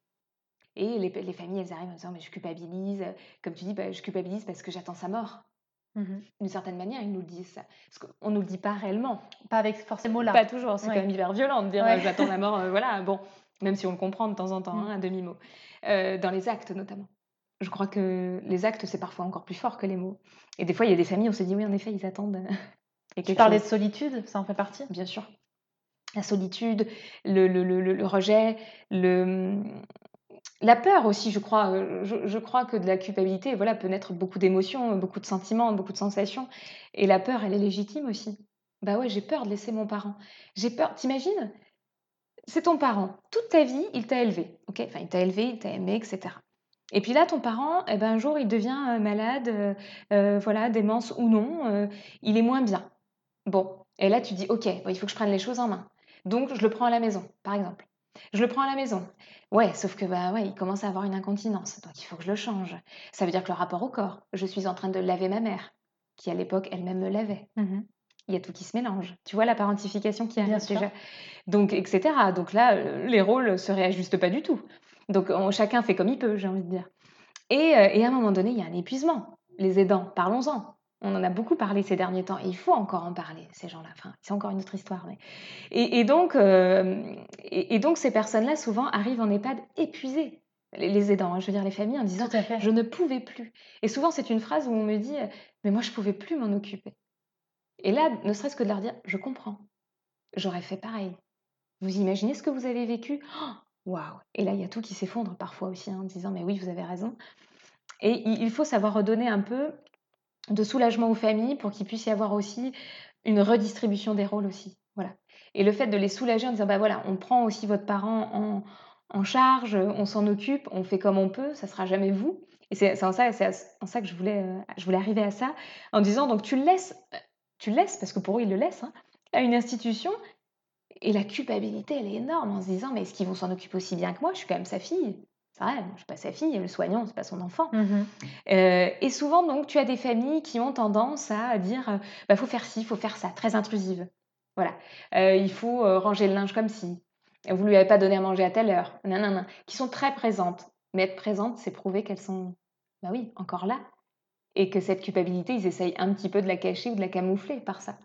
Et les, les familles, elles arrivent en disant, mais je culpabilise. Comme tu dis, bah, je culpabilise parce que j'attends sa mort. Mmh. D'une certaine manière, ils nous le disent ça. Parce qu'on ne nous le dit pas réellement. Pas avec forcément mots-là. Pas toujours, c'est Ouais. quand même hyper violent de dire Ouais. euh, j'attends la mort, euh, voilà, bon, même si on le comprend de temps en temps, Mm. hein, à demi-mot. Euh, dans les actes notamment. Je crois que les actes, c'est parfois encore plus fort que les mots. Et des fois, il y a des familles, on se dit oui, en effet, ils attendent. Tu parlais chose. de solitude, ça en fait partie? Bien sûr. La solitude, le, le, le, le rejet, le, la peur aussi, je crois. Je, je crois que de la culpabilité, voilà, peut naître beaucoup d'émotions, beaucoup de sentiments, beaucoup de sensations. Et la peur, elle est légitime aussi. Bah ouais, j'ai peur de laisser mon parent. J'ai peur, t'imagines? C'est ton parent. Toute ta vie, il t'a élevé. Okay, enfin, il t'a élevé, il t'a aimé, et cetera. Et puis là, ton parent, eh ben, un jour, il devient euh, malade, euh, euh, voilà, démence ou non, euh, il est moins bien. Bon, et là, tu dis, ok, bon, il faut que je prenne les choses en main. Donc, je le prends à la maison, par exemple. Je le prends à la maison. Ouais, sauf que bah ouais, il commence à avoir une incontinence, donc il faut que je le change. Ça veut dire que le rapport au corps, je suis en train de laver ma mère, qui à l'époque elle-même me lavait. Mm-hmm. Il y a tout qui se mélange. Tu vois la parentification qui arrive déjà. Donc, et cetera. Donc là, les rôles se réajustent pas du tout. Donc on, chacun fait comme il peut, j'ai envie de dire. Et, euh, et à un moment donné, il y a un épuisement. Les aidants, parlons-en. On en a beaucoup parlé ces derniers temps. Et il faut encore en parler, ces gens-là. Enfin, c'est encore une autre histoire. Mais... Et, et, donc, euh, et, et donc, ces personnes-là, souvent, arrivent en EHPAD épuisées. Les, les aidants, hein, je veux dire les familles, en disant « je ne pouvais plus ». Et souvent, c'est une phrase où on me dit « mais moi, je ne pouvais plus m'en occuper ». Et là, ne serait-ce que de leur dire « je comprends, j'aurais fait pareil ». Vous imaginez ce que vous avez vécu? Waouh! Wow. Et là, il y a tout qui s'effondre parfois aussi, hein, en disant « mais oui, vous avez raison ». Et il faut savoir redonner un peu de soulagement aux familles pour qu'il puisse y avoir aussi une redistribution des rôles aussi. Voilà. Et le fait de les soulager en disant bah voilà, on prend aussi votre parent en, en charge, on s'en occupe, on fait comme on peut, ça sera jamais vous. Et c'est, c'est en ça, c'est en ça que je voulais, euh, je voulais arriver à ça, en disant donc tu le laisses, tu le laisses parce que pour eux ils le laissent, hein, à une institution. Et la culpabilité, elle est énorme en se disant mais est-ce qu'ils vont s'en occuper aussi bien que moi? Je suis quand même sa fille. C'est vrai, je suis pas sa fille, le soignant, c'est pas son enfant. Mm-hmm. Euh, et souvent, donc, tu as des familles qui ont tendance à dire euh, bah, faut faire ci, faut faire ça, très intrusive. Voilà. Euh, il faut euh, ranger le linge comme ci. Vous lui avez pas donné à manger à telle heure. Non, non, non. Qui sont très présentes. Mais être présentes, c'est prouver qu'elles sont, bah oui, encore là. Et que cette culpabilité, ils essayent un petit peu de la cacher ou de la camoufler par ça.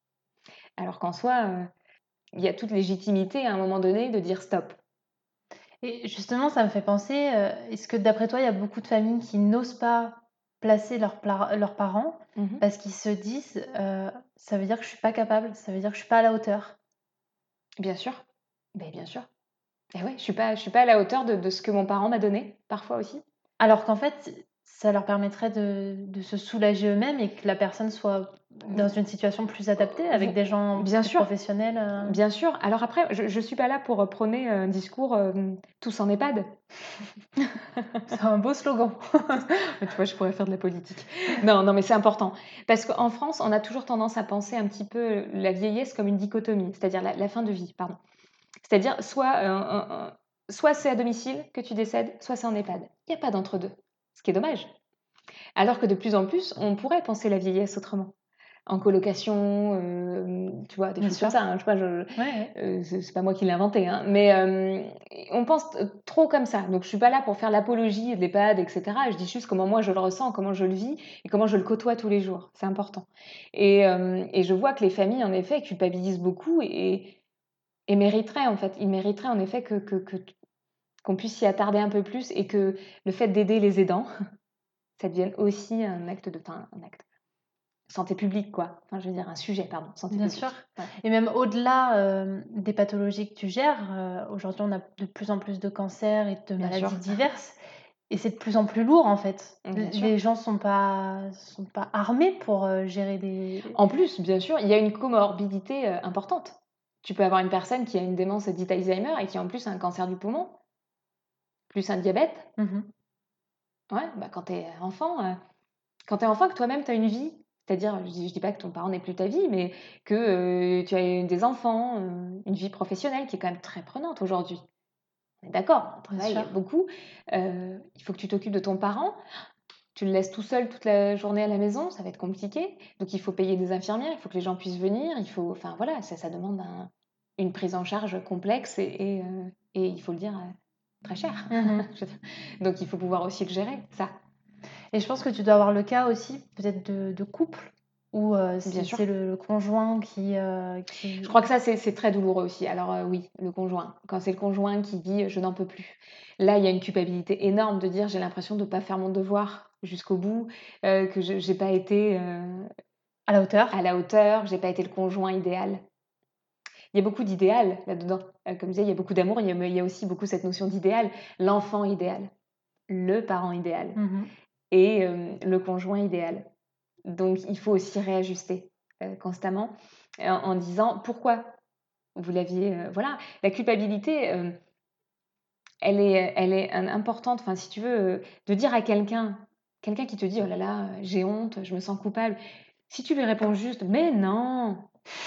Alors qu'en soi, euh, il y a toute légitimité à un moment donné de dire stop. Et justement, ça me fait penser, euh, est-ce que d'après toi, il y a beaucoup de familles qui n'osent pas placer leurs, leurs parents mm-hmm. parce qu'ils se disent, euh, ça veut dire que je suis pas capable, ça veut dire que je suis pas à la hauteur? Bien sûr, ben, bien sûr. Et ouais, je suis pas, je suis pas à la hauteur de, de ce que mon parent m'a donné, parfois aussi. Alors qu'en fait, ça leur permettrait de, de se soulager eux-mêmes et que la personne soit dans une situation plus adaptée avec des gens bien plus sûr. professionnels. Euh... Bien sûr. Alors après, je ne suis pas là pour prôner un discours euh, tous en EHPAD. C'est un beau slogan. Tu vois, je pourrais faire de la politique. Non, non, mais c'est important. Parce qu'en France, on a toujours tendance à penser un petit peu la vieillesse comme une dichotomie, c'est-à-dire la, la fin de vie, pardon. C'est-à-dire soit, euh, euh, soit c'est à domicile que tu décèdes, soit c'est en EHPAD. Il n'y a pas d'entre-deux, ce qui est dommage. Alors que de plus en plus, on pourrait penser la vieillesse autrement. En colocation, euh, tu vois, des Bien choses sûr. comme ça. Hein, je sais pas, je, ouais, ouais. Euh, c'est, c'est pas moi qui l'ai inventé, hein, mais euh, on pense trop comme ça. Donc je suis pas là pour faire l'apologie de l'EHPAD, et cetera. Je dis juste comment moi je le ressens, comment je le vis et comment je le côtoie tous les jours. C'est important. Et, euh, et je vois que les familles, en effet, culpabilisent beaucoup et, et mériteraient, en fait, ils mériteraient en effet que, que, que, qu'on puisse s'y attarder un peu plus et que le fait d'aider les aidants, ça devienne aussi un acte de, enfin, un acte. Santé publique, quoi. Enfin, je veux dire, un sujet, pardon. Santé Bien publique. sûr. Ouais. Et même au-delà euh, des pathologies que tu gères, euh, aujourd'hui, on a de plus en plus de cancers et de Bien maladies sûr. diverses. Et c'est de plus en plus lourd, en fait. Mmh, bien L sûr. les gens sont pas sont pas armés pour, heu, gérer des En plus, bien sûr, il y a une comorbidité, heu, importante. Tu peux avoir une personne qui a une démence dite Alzheimer et qui en plus a un cancer du poumon, plus un diabète. Mmh mh. Ouais, bah, quand tu es enfant, heu, quand tu es enfant, que toi-même tu as une vie, c'est-à-dire, je dis je dis pas que ton parent n'est plus ta vie, mais que, heu, tu as des enfants, heu, une vie professionnelle qui est quand même très prenante aujourd'hui. On est d'accord, on Bien travaille sûr. beaucoup, heu, il faut que tu t'occupes de ton parent. Tu le laisses tout seul toute la journée à la maison, ça va être compliqué. Donc il faut payer des infirmières, il faut que les gens puissent venir, il faut enfin voilà, ça ça demande un une prise en charge complexe et et heu et il faut le dire, heu, très cher. Mmh mh. Je veux dire, donc il faut pouvoir aussi le gérer, ça. Et je pense que tu dois avoir le cas aussi peut-être de de couple où, heu, Bien c'est sûr. c'est le le conjoint qui, heu, Je qui crois que ça, c'est c'est très douloureux aussi. Alors, heu, oui, le conjoint. Quand c'est le conjoint qui dit: «Je n'en peux plus». Là, il y a une culpabilité énorme de dire: «J'ai l'impression de pas faire mon devoir jusqu'au bout, heu, que je j'ai pas été, heu, à la hauteur. à la hauteur, j'ai pas été le conjoint idéal». Il y a beaucoup d'idéal là-dedans. Heu, comme je disais, il y a beaucoup d'amour, il y a mais il y a aussi beaucoup cette notion d'idéal. L'enfant idéal, le parent idéal Mmh mh. et hem, le conjoint idéal. Donc il faut aussi réajuster, heu, constamment, en en disant: «Pourquoi vous l'aviez» heu, voilà. La culpabilité, hem, elle est elle est im importante. Enfin, si tu veux, heu, de dire à quelqu'un quelqu'un qui te dit: «Oh là là, heu, j'ai honte, je me sens coupable». Si tu lui réponds juste: «Mais non!»,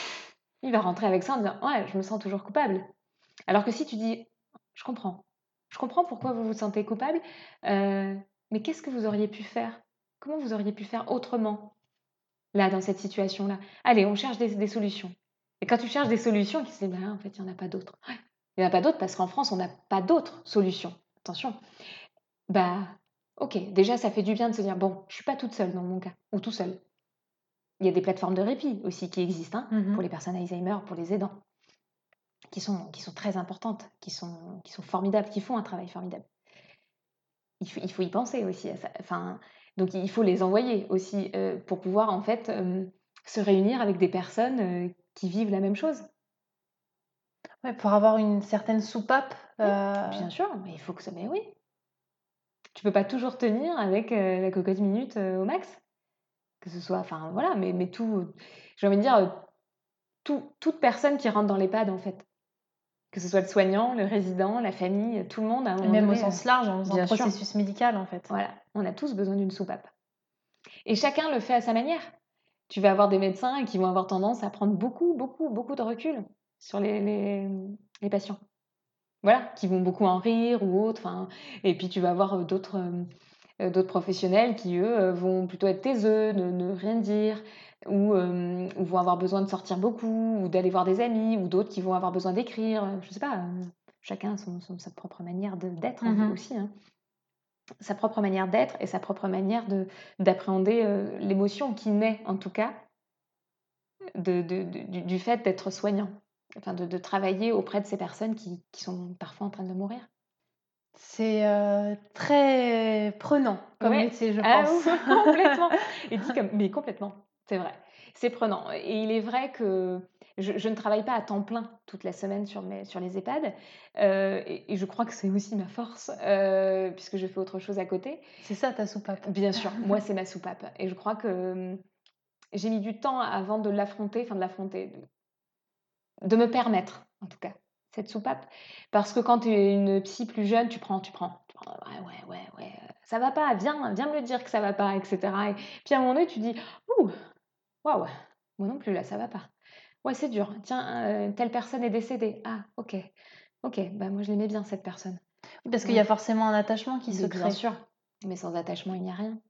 il va rentrer avec ça en disant: «Ouais, je me sens toujours coupable». Alors que si tu dis: «Je comprends. Je comprends pourquoi vous vous sentez coupable, heu, mais qu'est-ce que vous auriez pu faire? Comment vous auriez pu faire autrement, là, dans cette situation-là? Allez, on cherche des des solutions». Et quand tu cherches des solutions, tu te dis: «Bah, en fait, il y en a pas d'autres». Ouais, il y en a pas d'autres parce qu'en France, on n'a pas d'autres solutions. Attention. Bah, OK, déjà, ça fait du bien de se dire: «Bon, je suis pas toute seule dans mon cas ou tout seul». Il y a des plateformes de répit aussi qui existent, hein, Mmh pour mh. les personnes Alzheimer, pour les aidants. Qui sont qui sont très importantes, qui sont qui sont formidables, qui font un travail formidable. Il faut il faut y penser aussi à ça. Enfin, donc il faut les envoyer aussi, heu, pour pouvoir en fait, hem, se réunir avec des personnes, heu, qui vivent la même chose. Ouais, pour avoir une certaine soupape, Mmh, heu, bien sûr, mais il faut que ça mais oui, tu peux pas toujours tenir avec, heu, la cocotte minute, heu, au max. Que ce soit enfin voilà, mais mais tout j'ai envie de dire, heu, tout toute personne qui rentre dans l'EHPAD en fait. Que ce soit le soignant, le résident, la famille, tout le monde à un et moment même au donné, heu sens large, dans un bien sûr. processus médical, en fait. Voilà, on a tous besoin d'une soupape et chacun le fait à sa manière. Tu vas avoir des médecins qui vont avoir tendance à prendre beaucoup, beaucoup, beaucoup de recul sur les les, mmh, les patients. Voilà, qui vont beaucoup en rire ou autre, enfin et puis tu vas avoir, heu, d'autres, hem, heu, d'autres professionnels qui eux, heu, vont plutôt être taiseux, ne ne rien dire ou hem, ou vont avoir besoin de sortir beaucoup ou d'aller voir des amis ou d'autres qui vont avoir besoin d'écrire, heu, je sais pas, heu, chacun son son sa propre manière de d'être en Mmh mh. aussi, hein. Sa propre manière d'être et sa propre manière de d'appréhender, heu, l'émotion qui naît, en tout cas, de de de du du fait d'être soignant. Enfin, de de travailler auprès de ces personnes qui qui sont parfois en train de mourir. C'est, heu, très prenant comme Ouais, métier, je ah pense. oui, complètement et dit comme mais complètement, c'est vrai. C'est prenant et il est vrai que je je ne travaille pas à temps plein toute la semaine sur mes sur les EHPAD, heu et et je crois que c'est aussi ma force, heu, puisque je fais autre chose à côté. C'est ça ta soupape. Bien sûr, moi, c'est ma soupape et je crois que, mmh, j'ai mis du temps avant de l'affronter, enfin de l'affronter, de de me permettre, en tout cas, cette soupape. Parce que quand tu es une psy plus jeune, tu prends, tu prends, tu prends: «Ouais, ouais, ouais, ouais, heu, ça va pas, viens, viens me le dire que ça va pas» et cetera et puis à un moment donné, tu dis: «Ouh, waouh, moi non plus là, ça va pas. Ouais, c'est dur. Tiens, heu, telle personne est décédée. Ah OK, OK, bah moi je l'aimais bien cette personne. Parce qu'il y Ouais, a forcément un attachement qui se mais bien crée. sûr, mais sans attachement, il n'y a rien.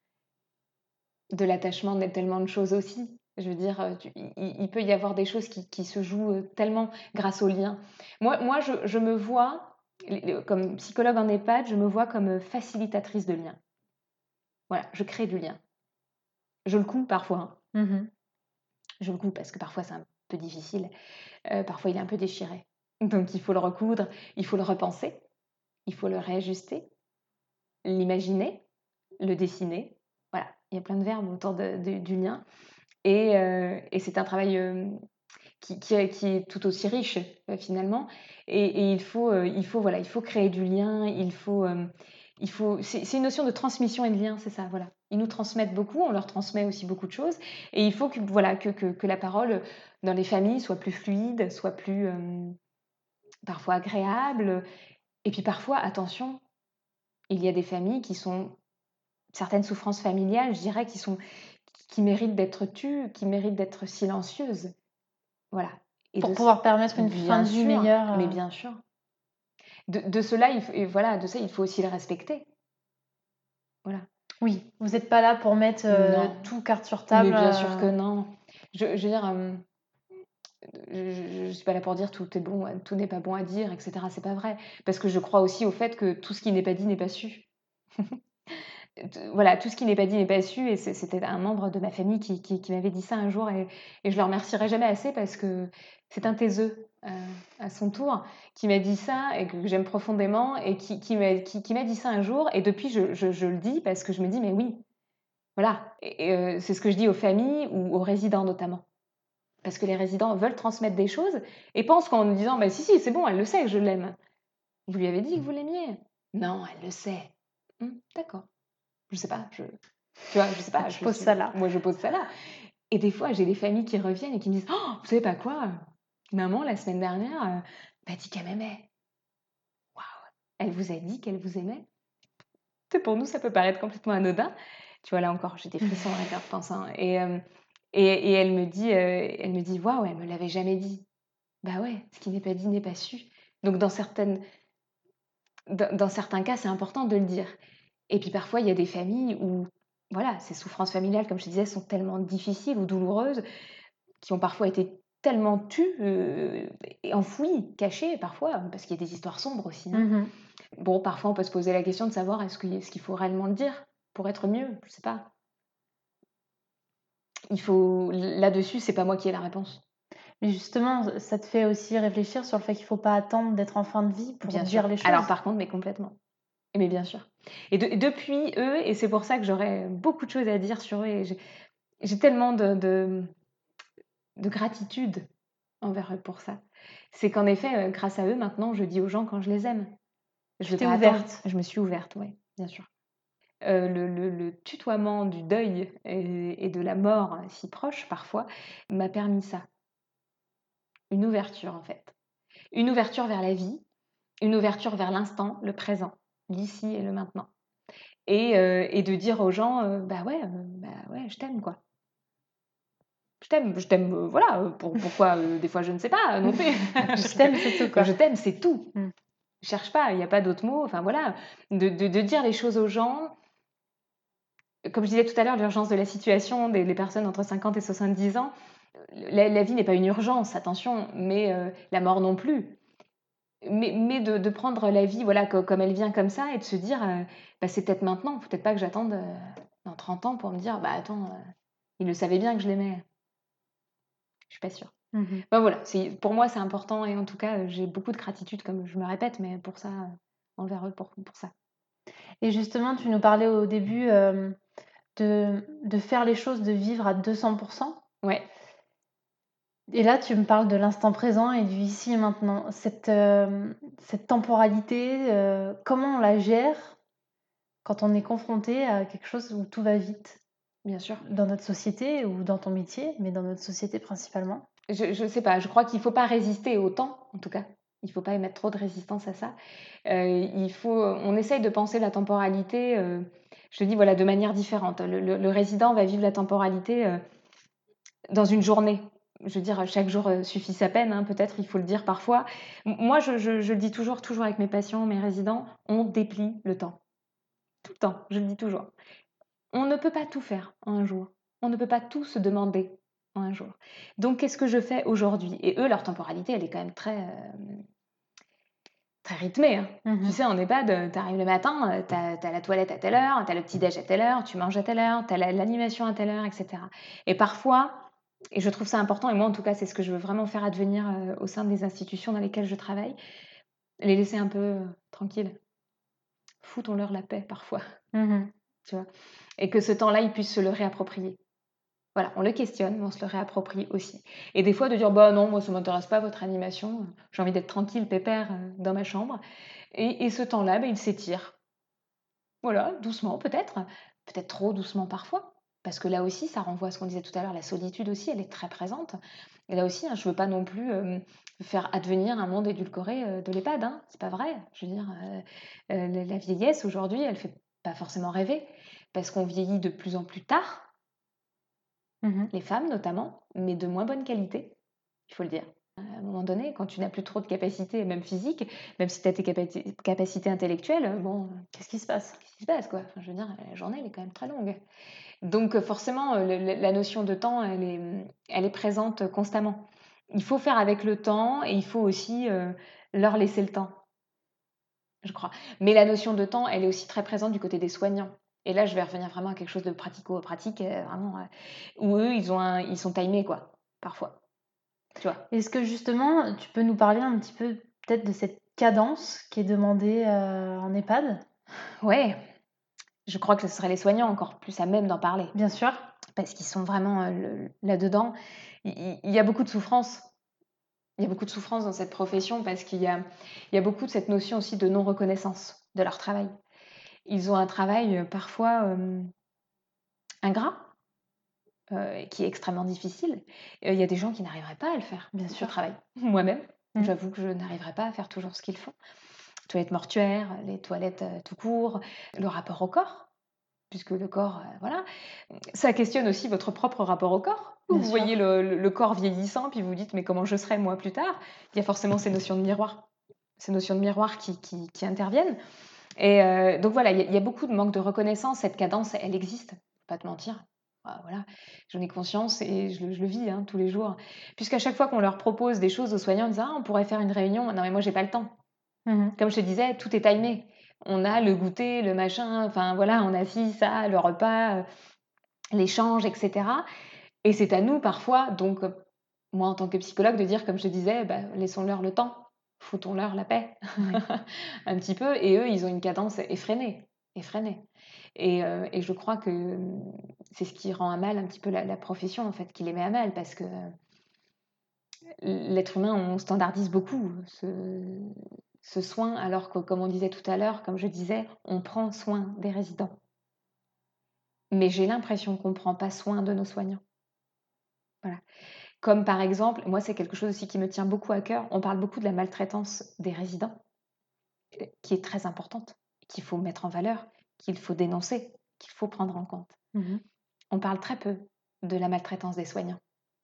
De l'attachement naît tellement de choses aussi. Je veux dire, heu, tu il il il peut y avoir des choses qui qui se jouent, heu, tellement grâce aux liens. Moi moi, je je me vois, les les comme psychologue en EHPAD, je me vois comme, heu, facilitatrice de liens. Voilà, je crée du lien. Je le couds parfois, hein. Mmh mh. Je le couds parce que parfois c'est un peu difficile, heu, parfois il est un peu déchiré. Donc il faut le recoudre, il faut le repenser, il faut le réajuster, l'imaginer, le dessiner. Voilà, il y a plein de verbes autour de de du lien et heu et c'est un travail, hem Qui qui est qui est tout aussi riche, heu, finalement et et il faut, heu, il faut voilà, il faut créer du lien, il faut, hem, il faut, c'est, c'est une notion de transmission et de lien, c'est ça, voilà. Ils nous transmettent beaucoup, on leur transmet aussi beaucoup de choses, et il faut que, voilà, que, que, que la parole dans les familles soit plus fluide, soit plus euh, parfois agréable. Et puis parfois, attention, il y a des familles qui sont, certaines souffrances familiales, je dirais, qui sont, qui méritent d'être tues, qui méritent d'être silencieuses, voilà. Et Pour de, pouvoir permettre une fin bien de vie sûr, meilleure. mais euh, bien sûr. De, de cela, il faut, et voilà, de ça, il faut aussi le respecter, voilà. Oui, vous n'êtes pas là pour mettre euh, Non, tout carte sur mais table. bien sûr que euh, non. Je, je veux dire, euh, je ne suis pas là pour dire tout est bon, tout n'est pas bon à dire, et cetera. C'est pas vrai. Parce que je crois aussi au fait que tout ce qui n'est pas dit n'est pas su. Voilà, tout ce qui n'est pas dit n'est pas su. Et c'est- c'était un membre de ma famille qui, qui- qui m'avait dit ça un jour. Et, et je le remercierai jamais assez parce que c'est un taiseux euh, à son tour qui m'a dit ça et que j'aime profondément et qui, qui m'a qui, qui m'a dit ça un jour. Et depuis, je, je- je le dis parce que je me dis, mais oui, voilà. Et, et, euh, c'est ce que je dis aux familles ou aux résidents notamment. Parce que les résidents veulent transmettre des choses et pensent qu'en nous disant, bah, si, si, c'est bon, elle le sait que je l'aime. Vous lui avez dit que vous l'aimiez? Non, elle le sait. Hum, d'accord. Je sais pas, je... tu vois, je sais pas, Je je pose suis... ça là. moi je pose ça là. Et des fois, j'ai des familles qui reviennent et qui me disent, oh, vous savez pas quoi? Maman, la semaine dernière, euh, m'a dit qu'elle m'aimait. Waouh! Elle vous a dit qu'elle vous aimait? C'est pour nous, ça peut paraître complètement anodin. Tu vois, là encore, j'ai des frissons à la repense. Hein. Et, euh, et, et elle me dit, euh, elle me dit, waouh, elle me l'avait jamais dit. Bah ouais, ce qui n'est pas dit n'est pas su. Donc dans certaines, dans, dans certains cas, c'est important de le dire. Et puis parfois, il y a des familles où, voilà, ces souffrances familiales, comme je te disais, sont tellement difficiles ou douloureuses, qui ont parfois été tellement tues, euh, et enfouies, cachées parfois, parce qu'il y a des histoires sombres aussi. Hein. Mhm. Bon, parfois, on peut se poser la question de savoir est-ce qu'il est-ce qu'il faut réellement le dire pour être mieux? Je sais pas. Il faut là-dessus, c'est pas moi qui ai la réponse. Mais justement, ça te fait aussi réfléchir sur le fait qu'il ne faut pas attendre d'être en fin de vie pour Bien dire sûr. les choses. Alors par contre, mais complètement. Mais bien sûr. Et, de- et depuis eux, et c'est pour ça que j'aurais beaucoup de choses à dire sur eux, et j'ai j'ai tellement de, de, de gratitude envers eux pour ça. C'est qu'en effet, euh, grâce à eux, maintenant, je dis aux gens quand je les aime. Je Tu vais t'es pas attendre. ouverte. Je me suis ouverte, oui, bien sûr. Euh, le, le- le tutoiement du deuil et, et de la mort si proche parfois m'a permis ça. Une ouverture en fait. Une ouverture vers la vie, une ouverture vers l'instant, le présent, l'ici et le maintenant. Et, euh, et de dire aux gens, euh, bah ouais, euh, bah ouais, je t'aime quoi. Je t'aime, je t'aime, euh, voilà. euh, Pour, pourquoi euh, des fois je ne sais pas euh, non plus. Je t'aime, c'est tout, quoi. Je t'aime, c'est tout. Mm. Je cherche pas, il n'y a pas d'autres mots. Enfin voilà, de, de, de dire les choses aux gens. Comme je disais tout à l'heure, l'urgence de la situation des les personnes entre cinquante et soixante-dix ans, la, la vie n'est pas une urgence, attention, mais euh, la mort non plus. Mais, mais de, de prendre la vie voilà, co- comme elle vient comme ça et de se dire, euh, bah, c'est peut-être maintenant, peut-être pas que j'attende euh, dans trente ans pour me dire, bah attends, euh, il le savait bien que je l'aimais. Je suis pas sûre. Mhm. Ben voilà, c'est, pour moi c'est important et en tout cas j'ai beaucoup de gratitude, comme je me répète, mais pour ça, euh, envers eux, pour, pour ça. Et justement, tu nous parlais au début euh, de, de faire les choses, de vivre à deux cents pour cent. Ouais. Et là, tu me parles de l'instant présent et du ici et maintenant. Cette, euh, cette temporalité, euh, comment on la gère quand on est confronté à quelque chose où tout va vite Bien sûr. dans notre société ou dans ton métier, mais dans notre société principalement? Je ne sais pas, je crois qu'il ne faut pas résister au temps, en tout cas. Il ne faut pas émettre trop de résistance à ça. Euh, il faut, on essaye de penser la temporalité, euh, je te dis, voilà, de manière différente. Le, le- le résident va vivre la temporalité euh, dans une journée. Je veux dire, chaque jour euh, suffit sa peine, hein, peut-être, il faut le dire parfois. M- Moi, je, je- je le dis toujours, toujours avec mes patients, mes résidents, on déplie le temps. Tout le temps, je le dis toujours. On ne peut pas tout faire en un jour. On ne peut pas tout se demander en un jour. Donc, qu'est-ce que je fais aujourd'hui? Et eux, leur temporalité, elle est quand même très, euh, très rythmée. Hein. Mhm. Tu sais, en EHPAD, tu arrives le matin, tu as la toilette à telle heure, tu as le petit-déj à telle heure, tu manges à telle heure, tu as l'animation à telle heure, et cetera. Et parfois, et je trouve ça important, et moi en tout cas, c'est ce que je veux vraiment faire advenir euh, au sein des institutions dans lesquelles je travaille, les laisser un peu euh, tranquilles. Foutons-leur la paix parfois, Mhm. tu vois. Et que ce temps-là, ils puissent se le réapproprier. Voilà, on le questionne, mais on se le réapproprie aussi. Et des fois, de dire, bah non, moi, ça ne m'intéresse pas, votre animation, j'ai envie d'être tranquille, pépère, euh, dans ma chambre. Et, et ce temps-là, bah, il s'étire. Voilà, doucement peut-être, peut-être trop doucement parfois, parce que là aussi, ça renvoie à ce qu'on disait tout à l'heure, la solitude aussi, elle est très présente. Et là aussi, hein, je veux pas non plus euh, faire advenir un monde édulcoré euh, de l'EHPAD, hein, c'est pas vrai. Je veux dire, euh, euh, la la vieillesse aujourd'hui, elle fait pas forcément rêver, parce qu'on vieillit de plus en plus tard, Mmh. les femmes notamment, mais de moins bonne qualité, il faut le dire. À un moment donné, quand tu n'as plus trop de capacités, même physiques, même si tu as tes capati- capacités intellectuelles, euh, bon, Qu'est-ce qui se passe? qu'est-ce qui se passe, quoi? Enfin, je veux dire, la journée, elle est quand même très longue. Donc, euh, forcément, euh, le- le- la notion de temps, elle est, hum, elle est présente constamment. Il faut faire avec le temps et il faut aussi euh, leur laisser le temps, je crois. Mais la notion de temps, elle est aussi très présente du côté des soignants. Et là, je vais revenir vraiment à quelque chose de pratico-pratique, euh, vraiment, euh, où eux, ils, ont un- ils sont timés, quoi, parfois. Tu vois? Est-ce que justement, tu peux nous parler un petit peu peut-être de cette cadence qui est demandée, heu, en EHPAD? Ouais, je crois que ce seraient les soignants encore plus à même d'en parler. Bien sûr. Parce qu'ils sont vraiment euh, le- là-dedans. Il, il- il y a beaucoup de souffrance. Il y a beaucoup de souffrance dans cette profession parce qu'il y a, il y a beaucoup de cette notion aussi de non-reconnaissance de leur travail. Ils ont un travail euh, parfois euh, ingrat, euh, qui est extrêmement difficile. Euh, il y a des gens qui n'arriveraient pas à le faire, Bien ce sûr. travail. Moi-même, Mmh. j'avoue que je n'arriverais pas à faire toujours ce qu'ils font. Toilettes mortuaires, les toilettes euh, tout court, le rapport au corps, puisque le corps, euh, voilà. Ça questionne aussi votre propre rapport au corps. Bien Vous sûr. voyez le, le- le corps vieillissant, puis vous vous dites, mais comment je serai moi plus tard? Il y a forcément ces notions de miroir, ces notions de miroir qui, qui- qui interviennent. Et euh, donc voilà, il y, a, il y a beaucoup de manque de reconnaissance. Cette cadence, elle existe, faut pas te mentir. Ah, voilà, j'en ai conscience et je, le je le vis hein, tous les jours. Puisqu'à chaque fois qu'on leur propose des choses aux soignants, ils disent, ah, on pourrait faire une réunion. Non, mais moi, j'ai pas le temps. Mmh. Comme je te disais, tout est timé. On a le goûter, le machin, enfin voilà, on a ci, ça, le repas, euh, l'échange, et cetera. Et c'est à nous parfois, donc euh, moi en tant que psychologue, de dire, comme je te disais, bah, laissons-leur le temps, foutons-leur la paix, Ouais. un petit peu. Et eux, ils ont une cadence effrénée, effrénée. Et, euh, et je crois que hum, c'est ce qui rend à mal un petit peu la, la profession, en fait, qui les met à mal, parce que euh, l'être humain, on standardise beaucoup ce, ce soin, alors que, comme on disait tout à l'heure, comme je disais, on prend soin des résidents. Mais j'ai l'impression qu'on ne prend pas soin de nos soignants. Voilà. Comme par exemple, moi c'est quelque chose aussi qui me tient beaucoup à cœur, on parle beaucoup de la maltraitance des résidents, euh, qui est très importante, qu'il faut mettre en valeur, qu'il faut dénoncer, qu'il faut prendre en compte. Mmh. On parle très peu de la maltraitance des soignants,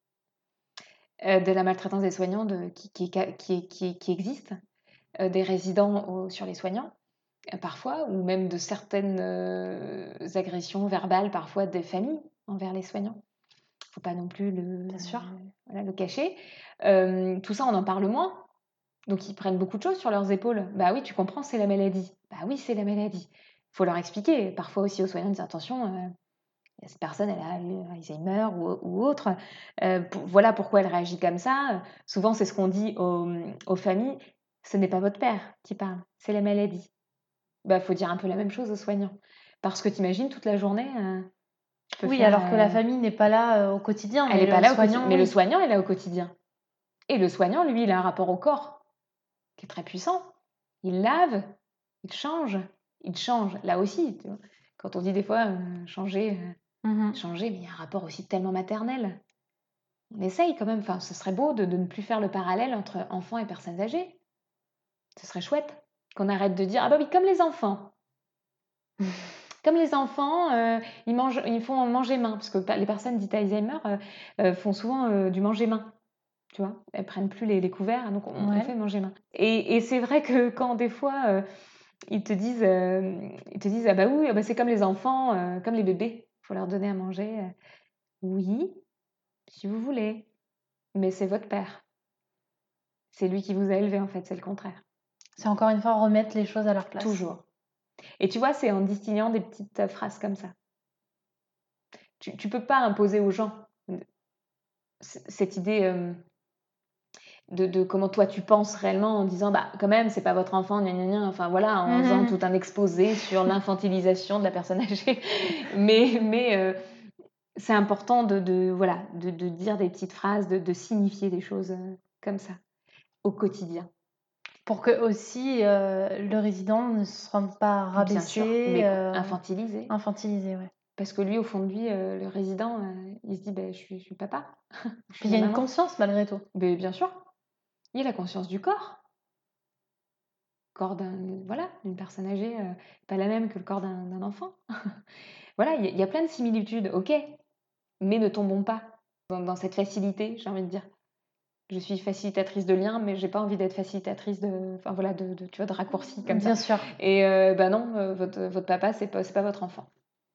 euh, de la maltraitance des soignants de, qui, qui, qui, qui, qui existe, euh, des résidents au- sur les soignants, euh, parfois, ou même de certaines euh, agressions verbales, parfois des familles envers les soignants. Il ne faut pas non plus le, Bien sûr. voilà, le cacher. Euh, tout ça, on en parle moins. Donc ils prennent beaucoup de choses sur leurs épaules. Bah oui, tu comprends, c'est la maladie. Bah oui, c'est la maladie. Il faut leur expliquer. Parfois aussi aux soignants, dire attention, euh, cette personne, elle a eu Alzheimer ou, ou autre. Euh, pour- voilà pourquoi elle réagit comme ça. Souvent, c'est ce qu'on dit aux, aux familles. Ce n'est pas votre père qui parle, c'est la maladie. Bah, faut dire un peu la même chose aux soignants. Parce que t'imagines, toute la journée, euh, tu peux Oui, faire... alors que la euh, famille n'est pas là, heu, au quotidien, elle mais n'est pas le là au quotidien. soignant, Mais le oui. soignant, elle est là au quotidien. Et le soignant, lui, il a un rapport au corps qui est très puissant. Il lave, il change, il change. Là aussi, tu vois, quand on dit des fois euh, changer, euh, Mmh. changer, mais il y a un rapport aussi tellement maternel. On essaye quand même. Enfin, ce serait beau de, de ne plus faire le parallèle entre enfants et personnes âgées. Ce serait chouette qu'on arrête de dire ah bah oui, comme les enfants. Comme les enfants, euh, ils, mangent, ils font manger main, parce que les personnes dites Alzheimer euh, euh, font souvent euh, du manger main. Tu vois, elles prennent plus les, les couverts, donc on, on Ouais. fait manger main. Et, et c'est vrai que quand des fois euh, ils te disent, euh, ils te disent ah bah oui, ah bah c'est comme les enfants, euh, comme les bébés, il faut leur donner à manger. euh. Oui, si vous voulez, mais c'est votre père. C'est lui qui vous a élevé en fait, c'est le contraire. C'est encore une fois remettre les choses à leur place. Toujours. Et tu vois, c'est en distillant des petites euh, phrases comme ça. Tu, tu peux pas imposer aux gens euh, c- cette idée. euh, de, de comment toi tu penses réellement en disant bah quand même c'est pas votre enfant gna gna gna enfin voilà en faisant Mmh. tout un exposé sur l'infantilisation de la personne âgée mais mais euh, c'est important de, de voilà de, de dire des petites phrases de, de signifier des choses euh, comme ça au quotidien Pour que aussi, heu, le résident ne se sente pas Bien sûr, rabaissé, mais co heu, infantilisé. infantilisé, ouais. Parce que lui, au fond de lui, heu, le résident, heu, il se dit: «Beh, je suis je suis le papa, je Puis suis il y la a une maman». conscience malgré tout. Beh, bien sûr, il a la conscience du corps. Corps d'un voilà, d'une personne âgée, heu, pas la même que le corps d'un d'un enfant. Voilà, il y a il y a plein de similitudes, OK, mais ne tombons pas dans dans cette facilité, j'ai envie de dire. Je suis facilitatrice de liens, mais j'ai pas envie d'être facilitatrice de enfin voilà, de de tu vois, de raccourcis comme ça Bien sûr. et heu, bah non, heu, votre votre papa, c'est pas c'est pas votre enfant.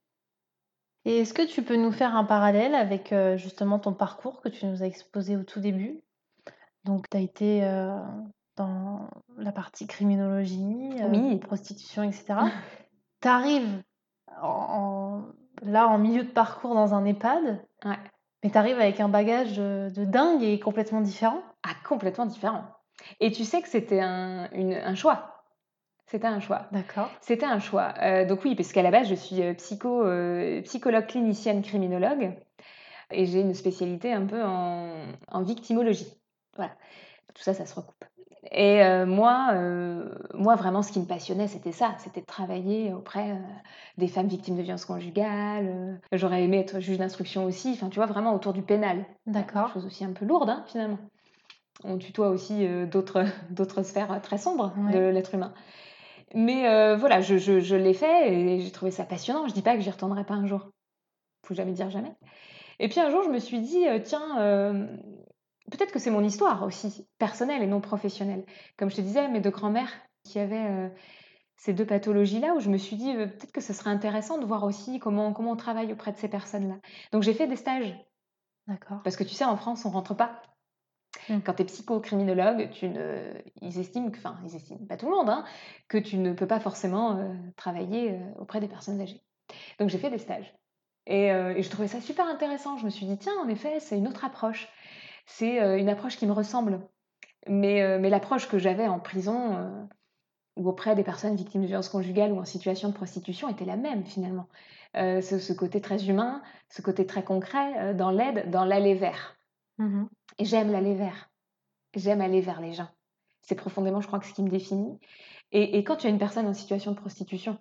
Et est-ce que tu peux nous faire un parallèle avec, heu, justement ton parcours que tu nous as exposé au tout début? Donc tu as été, heu, dans la partie criminologie, heu, Oui, prostitution et cetera. Tu arrives en en là, en milieu de parcours dans un EHPAD, ouais. mais tu arrives avec un bagage, heu, de dingue et complètement différent? Ah, complètement différent et tu sais que c'était un une un choix. C'était un choix. D'accord. C'était un choix, heu, donc oui, parce qu'à la base, je suis, heu, psycho, heu, psychologue clinicienne criminologue et j'ai une spécialité un peu en en victimologie. Voilà, tout ça, ça se recoupe et heu, moi, heu, moi vraiment ce qui me passionnait, c'était ça, c'était de travailler auprès, heu, des femmes victimes de violences conjugales, heu, j'aurais aimé être juge d'instruction aussi, enfin, tu vois, vraiment autour du pénal. Heu, D'accord. chose aussi un peu lourde, hein, finalement. On tutoie aussi, heu, d'autres d'autres sphères, très sombres de Ouais. l'être humain. Mais heu, voilà, je je je l'ai fait et j'ai trouvé ça passionnant. Je dis pas que j'y retournerai pas un jour. Faut jamais dire jamais. Et puis un jour, je me suis dit, heu: «Tiens, hem, peut-être que c'est mon histoire aussi, personnelle et non professionnelle». Comme je te disais, mes deux grands-mères qui avaient, heu, ces deux pathologies-là, où je me suis dit: «Heu, peut-être que ce serait intéressant de voir aussi comment comment on travaille auprès de ces personnes-là». Donc j'ai fait des stages D'accord. parce que tu sais, en France, on rentre pas. Mmh. Quand tu es psychocriminologue, tu ne ils estiment que enfin, ils estiment, pas tout le monde, hein, que tu ne peux pas forcément, heu, travailler, heu, auprès des personnes âgées. Donc j'ai fait des stages et heu et je trouvais ça super intéressant. Je me suis dit: «Tiens, en effet, c'est une autre approche. C'est, heu, une approche qui me ressemble». Mais heu, mais l'approche que j'avais en prison, heu, ou auprès des personnes victimes de violences conjugales ou en situation de prostitution était la même finalement. Heu, ce ce côté très humain, ce côté très concret, heu, dans l'aide, dans l'aller vers Mmh. et j'aime l'aller vers. J'aime aller vers les gens. C'est profondément, je crois, que ce qui me définit et et quand tu as une personne en situation de prostitution,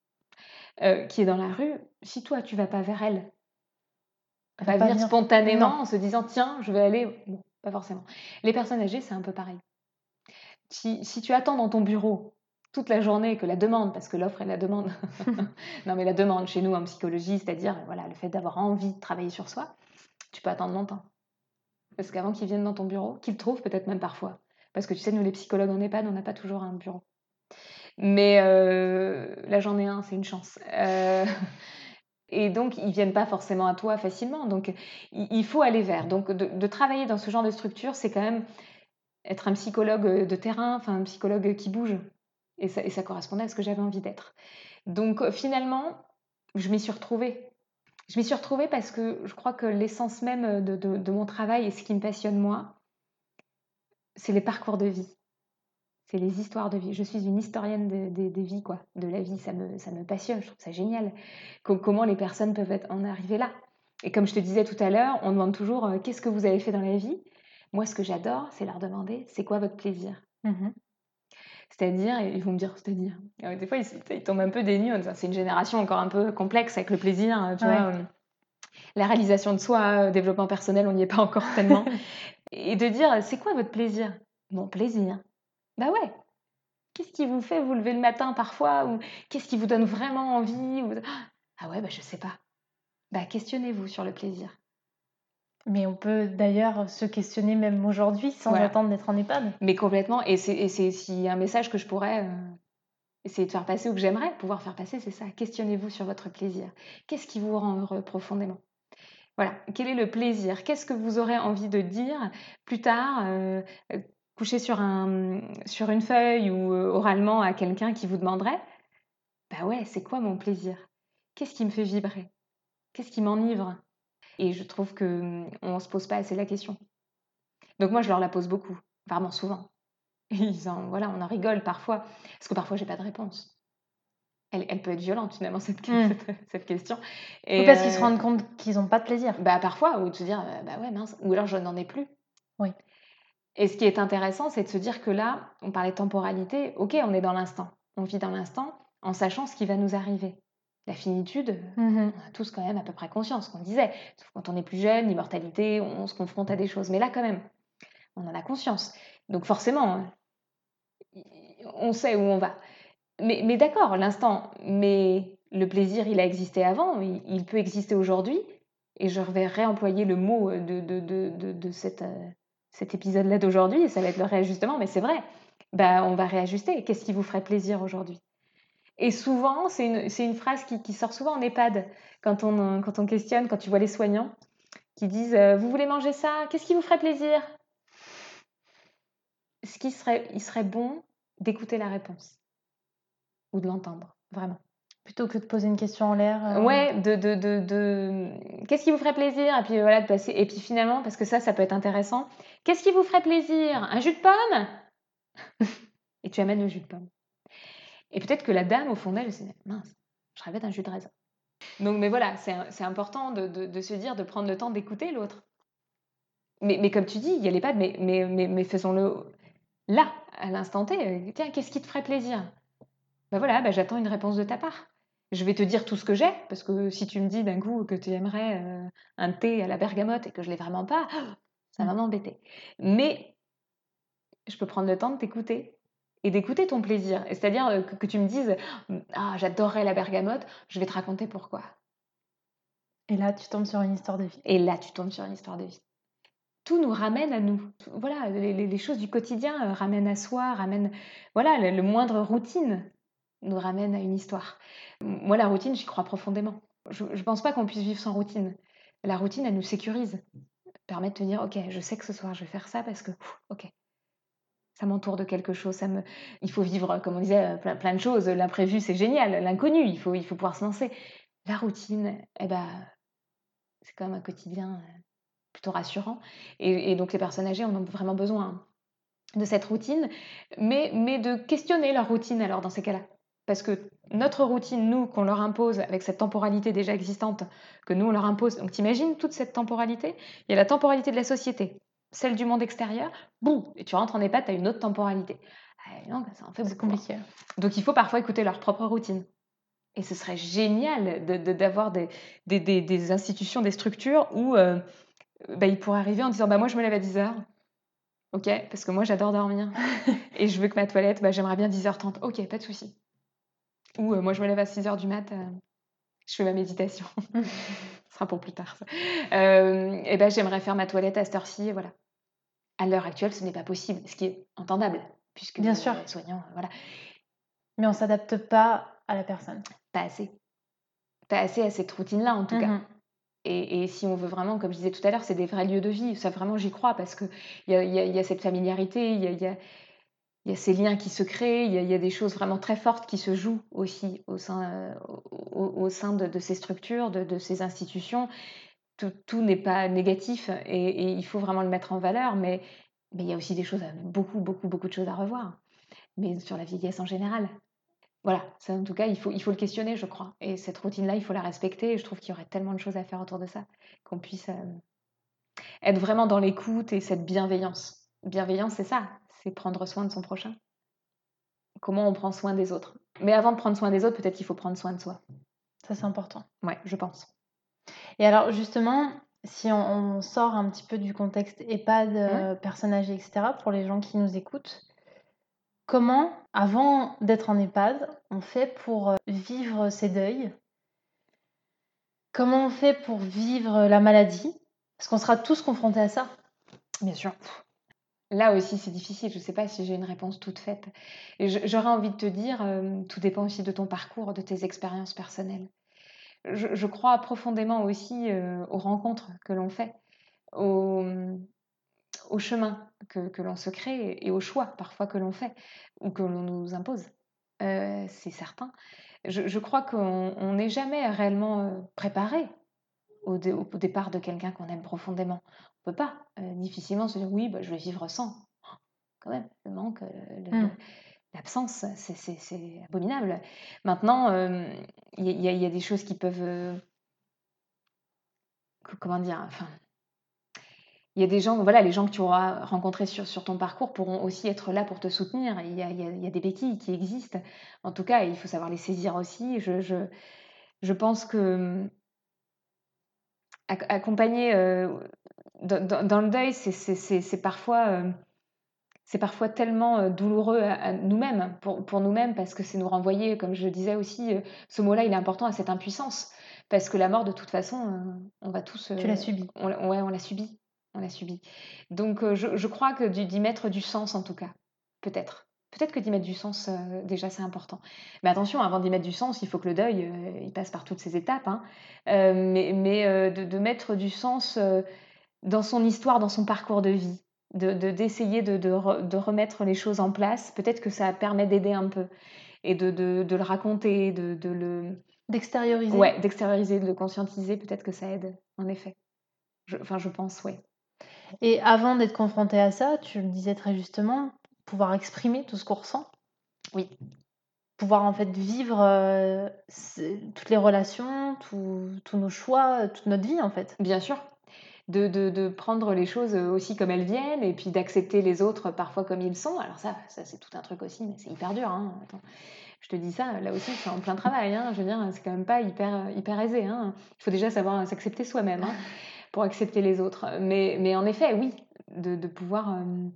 heu, qui est dans la rue, si toi tu vas pas vers elle, Elle elle va va pas venir venir non. spontanément en se disant: «Tiens, je vais aller» bon, pas forcément. Les personnes âgées, c'est un peu pareil. Si si tu attends dans ton bureau toute la journée que la demande, parce que l'offre et la demande non, mais la demande chez nous en psychologie, c'est-à-dire, voilà, le fait d'avoir envie de travailler sur soi, tu peux attendre longtemps. Parce qu'avant qu'ils viennent dans ton bureau, qu'ils te trouvent peut-être même parfois. Parce que tu sais, nous les psychologues en EHPAD, on n'a pas toujours un bureau. Mais heu, là, j'en ai un, c'est une chance. Heu et donc ils viennent pas forcément à toi facilement. Donc il il faut aller vers. Donc de de travailler dans ce genre de structure, c'est quand même être un psychologue, heu, de terrain, enfin un psychologue qui bouge et ça et ça correspondait à ce que j'avais envie d'être. Donc heu, finalement, je m'y suis retrouvée. Je m'y suis retrouvée parce que je crois que l'essence même, de de de mon travail et ce qui me passionne moi, c'est les parcours de vie. C'est les histoires de vie. Je suis une historienne des des des vies, quoi, de la vie. Ça me ça me passionne, je trouve ça génial. Co comment les personnes peuvent être en arriver là. Et comme je te disais tout à l'heure, on demande toujours, heu: «Qu'est-ce que vous avez fait dans la vie?» Moi, ce que j'adore, c'est leur demander: «C'est quoi votre plaisir?» Mmh. C'est-à-dire et ils vont me dire: «C'est-à-dire?» heu, des fois, ils ils tombent un peu des en disant: «C'est une génération encore un peu complexe avec le plaisir», heu, tu Ouais. vois? Hem, la réalisation de soi, heu, développement personnel, on n'y est pas encore tellement. Et de dire: «C'est quoi votre plaisir?» «Mon plaisir?» «Bah ouais!» Qu'est-ce qui vous fait vous lever le matin parfois ou qu'est-ce qui vous donne vraiment envie ou ah ouais, bah, je sais pas. Bah, questionnez-vous sur le plaisir. Mais on peut d'ailleurs se questionner même aujourd'hui sans Voilà, attendre d'être en EHPAD. mais complètement et c'est et c'est s'il y a un message que je pourrais, heu, essayer de faire passer ou que j'aimerais pouvoir faire passer, c'est ça. Questionnez-vous sur votre plaisir. Qu'est-ce qui vous rend heureux profondément? Voilà, quel est le plaisir? Qu'est-ce que vous aurez envie de dire plus tard, heu heu, couché sur un, mmh, sur une feuille ou, heu, oralement à quelqu'un qui vous demanderait: «Bah ouais, c'est quoi mon plaisir? Qu'est-ce qui me fait vibrer? Qu'est-ce qui m'enivre?» Et je trouve que, mmh, on se pose pas assez la question. Donc moi, je leur la pose beaucoup, vraiment souvent. Ils en voilà, on en rigole parfois, parce que parfois j'ai pas de réponse. Elle elle peut être violente finalement cette que Mmh. cette cette question Oui, et parce qu'ils se heu, rendent compte qu'ils ont pas de plaisir. bah, parfois ou de se dire, heu: «Bah ouais mince» ou alors je n'en ai plus Oui. Et ce qui est intéressant, c'est de se dire que là, on parlait de temporalité, ok, on est dans l'instant, on vit dans l'instant en sachant ce qui va nous arriver. La finitude, Mhm. on a tous quand même à peu près conscience, qu'on disait. Quand on est plus jeune, l'immortalité, on se confronte à des choses. Mais là, quand même, on en a conscience. Donc forcément, on sait où on va. Mais, mais d'accord, l'instant, mais le plaisir, il a existé avant, il, il peut exister aujourd'hui, et je vais réemployer le mot de, de, de, de, de cette, euh, cet épisode-là d'aujourd'hui, et ça va être le réajustement, mais c'est vrai, bah, on va réajuster. Qu'est-ce qui vous ferait plaisir aujourd'hui? Et souvent, c'est une, c'est une phrase qui, qui sort souvent en EHPAD, quand on, quand on questionne, quand tu vois les soignants, qui disent euh, vous voulez manger ça? Qu'est-ce qui vous ferait plaisir? Ce qui serait, il serait bon d'écouter la réponse, ou de l'entendre, vraiment. Plutôt que de poser une question en l'air. euh, Ouais, de, de, de, de... qu'est-ce qui vous ferait plaisir? Et puis voilà, de passer. Et puis finalement, parce que ça, ça peut être intéressant. Qu'est-ce qui vous ferait plaisir? Un jus de pomme? Et tu amènes le jus de pomme. Et peut-être que la dame, au fond d'elle, elle se dit, mince, je rêvais d'un jus de raisin. Donc, mais voilà, c'est, c'est important de, de, de se dire, de prendre le temps d'écouter l'autre. Mais, mais comme tu dis, il y a les pas, mais, mais, mais, mais faisons-le là, à l'instant T. Tiens, qu'est-ce qui te ferait plaisir? Ben voilà, ben j'attends une réponse de ta part. Je vais te dire tout ce que j'ai, parce que si tu me dis d'un coup que tu aimerais euh, un thé à la bergamote et que je l'ai vraiment pas, ça va m'embêter. Mais je peux prendre le temps de t'écouter et d'écouter ton plaisir. Et c'est-à-dire euh, que, que tu me dises ah, j'adorerais la bergamote, je vais te raconter pourquoi. Et là, tu tombes sur une histoire de vie. Et là, tu tombes sur une histoire de vie. Tout nous ramène à nous. Voilà, les, les choses du quotidien euh, ramènent à soi, ramènent, voilà, le, le moindre routine nous ramène à une histoire. Moi, la routine, j'y crois profondément. Je ne pense pas qu'on puisse vivre sans routine. La routine, elle nous sécurise. Elle permet de te dire, ok, je sais que ce soir, je vais faire ça parce que, ok, ça m'entoure de quelque chose. Ça me... Il faut vivre, comme on disait, plein, plein de choses. L'imprévu, c'est génial. L'inconnu, il faut, il faut pouvoir se lancer. La routine, eh ben, c'est quand même un quotidien plutôt rassurant. Et, et donc, les personnes âgées en ont vraiment besoin de cette routine, mais, mais de questionner leur routine alors dans ces cas-là. Parce que notre routine, nous, qu'on leur impose avec cette temporalité déjà existante, que nous, on leur impose, donc t'imagines toute cette temporalité, il y a la temporalité de la société, celle du monde extérieur, boum, et tu rentres en EHPAD, tu as une autre temporalité. Ah, non, ça en fait C'est beaucoup. compliqué. Donc il faut parfois écouter leur propre routine. Et ce serait génial de, de, d'avoir des, des, des, des institutions, des structures où euh, bah, ils pourraient arriver en disant bah, moi je me lève à dix heures. Ok, parce que moi j'adore dormir et je veux que ma toilette, bah, j'aimerais bien dix heures trente. Ok, pas de souci. Ou euh, moi je me lève à six heures du mat, euh, je fais ma méditation. Ce sera pour plus tard. Ça. Euh, et ben j'aimerais faire ma toilette à cette heure-ci, et voilà. À l'heure actuelle, ce n'est pas possible, ce qui est entendable, puisque Bien sûr. les soignants, euh, voilà. Mais on s'adapte pas à la personne. Pas assez. Pas assez à cette routine-là, en tout Mhm. cas. Et, et si on veut vraiment, comme je disais tout à l'heure, c'est des vrais lieux de vie. Ça, vraiment, j'y crois, parce qu'il y a, y, a, y a cette familiarité, il y a, y a il y a ces liens qui se créent, il y, a, il y a des choses vraiment très fortes qui se jouent aussi au sein, euh, au, au sein de, de ces structures, de, de ces institutions. Tout, tout n'est pas négatif et, et il faut vraiment le mettre en valeur, mais, mais il y a aussi des choses, à, beaucoup, beaucoup, beaucoup de choses à revoir. Mais sur la vieillesse en général. Voilà, ça, en tout cas, il faut, il faut le questionner, je crois. Et cette routine-là, il faut la respecter. Et je trouve qu'il y aurait tellement de choses à faire autour de ça, qu'on puisse euh, être vraiment dans l'écoute et cette bienveillance. Bienveillance, c'est ça, c'est prendre soin de son prochain. Comment on prend soin des autres. Mais avant de prendre soin des autres, peut-être qu'il faut prendre soin de soi. Ça, c'est important. Ouais, je pense. Et alors, justement, si on, on sort un petit peu du contexte EHPAD, euh, Ouais. personnes âgées, et cetera, pour les gens qui nous écoutent, comment, avant d'être en EHPAD, on fait pour euh, vivre ces deuils? Comment on fait pour vivre la maladie? Parce qu'on sera tous confrontés à ça. Bien sûr. Là aussi, c'est difficile. Je ne sais pas si j'ai une réponse toute faite. Et je- j'aurais envie de te dire, euh, tout dépend aussi de ton parcours, de tes expériences personnelles. Je, je crois profondément aussi euh, aux rencontres que l'on fait, au, au chemin que, que l'on se crée et aux choix parfois que l'on fait ou que l'on nous impose. Euh, c'est certain. Je, je crois qu'on n'est jamais réellement euh, préparé au, dé- au départ de quelqu'un qu'on aime profondément. On ne peut pas euh, difficilement se dire oui, bah, je vais vivre sans. Quand même, le manque, euh, le- Mm. le- l'absence, c'est, c'est- c'est abominable. Maintenant, euh, il y, a- il y a des choses qui peuvent... euh, que- comment dire enfin, Il y a des gens, voilà, les gens que tu auras rencontrés sur, sur ton parcours pourront aussi être là pour te soutenir. Il y a, il y a- il y a des béquilles qui existent. En tout cas, il faut savoir les saisir aussi. Je, je, je pense que ac- accompagner euh, dans, dans- dans le deuil, c'est c'est- c'est- c'est parfois, euh, c'est parfois tellement euh, douloureux à, à nous-mêmes, pour, pour nous-mêmes, parce que c'est nous renvoyer, comme je disais aussi, euh, ce mot-là, il est important à cette impuissance. Parce que la mort, de toute façon, euh, on va tous... Tu l'as euh, subi. on, l'a- ouais, on l'a subi. On l'a subi. Donc, euh, je, je crois que d'y d'y mettre du sens, en tout cas. Peut-être. Peut-être que d'y mettre du sens, euh, déjà, c'est important. Mais attention, avant d'y mettre du sens, il faut que le deuil, euh, il passe par toutes ces étapes. Hein. Euh, mais mais euh, de, de mettre du sens euh, dans son histoire, dans son parcours de vie, de, de- d'essayer de, de, re- de remettre les choses en place. Peut-être que ça permet d'aider un peu et de, de, de le raconter, de, de le... D'extérioriser. Ouais, d'extérioriser, de le conscientiser. Peut-être que ça aide, en effet. Je- Enfin, je pense, ouais. Et avant d'être confronté à ça, tu le disais très justement, pouvoir exprimer tout ce qu'on ressent, Oui, pouvoir en fait vivre euh, c'est- toutes les relations, tous tous nos choix, toute notre vie en fait. bien sûr. De, de, de prendre les choses aussi comme elles viennent et puis d'accepter les autres parfois comme ils sont. Alors ça, ça c'est tout un truc aussi, mais c'est hyper dur. Hein. Attends, je te dis ça, là aussi c'est en plein travail. Hein. Je veux dire, c'est quand même pas hyper, hyper aisé. Hein. Il faut déjà savoir s'accepter soi-même hein, pour accepter les autres. Mais, mais en effet, oui, de, de pouvoir... euh,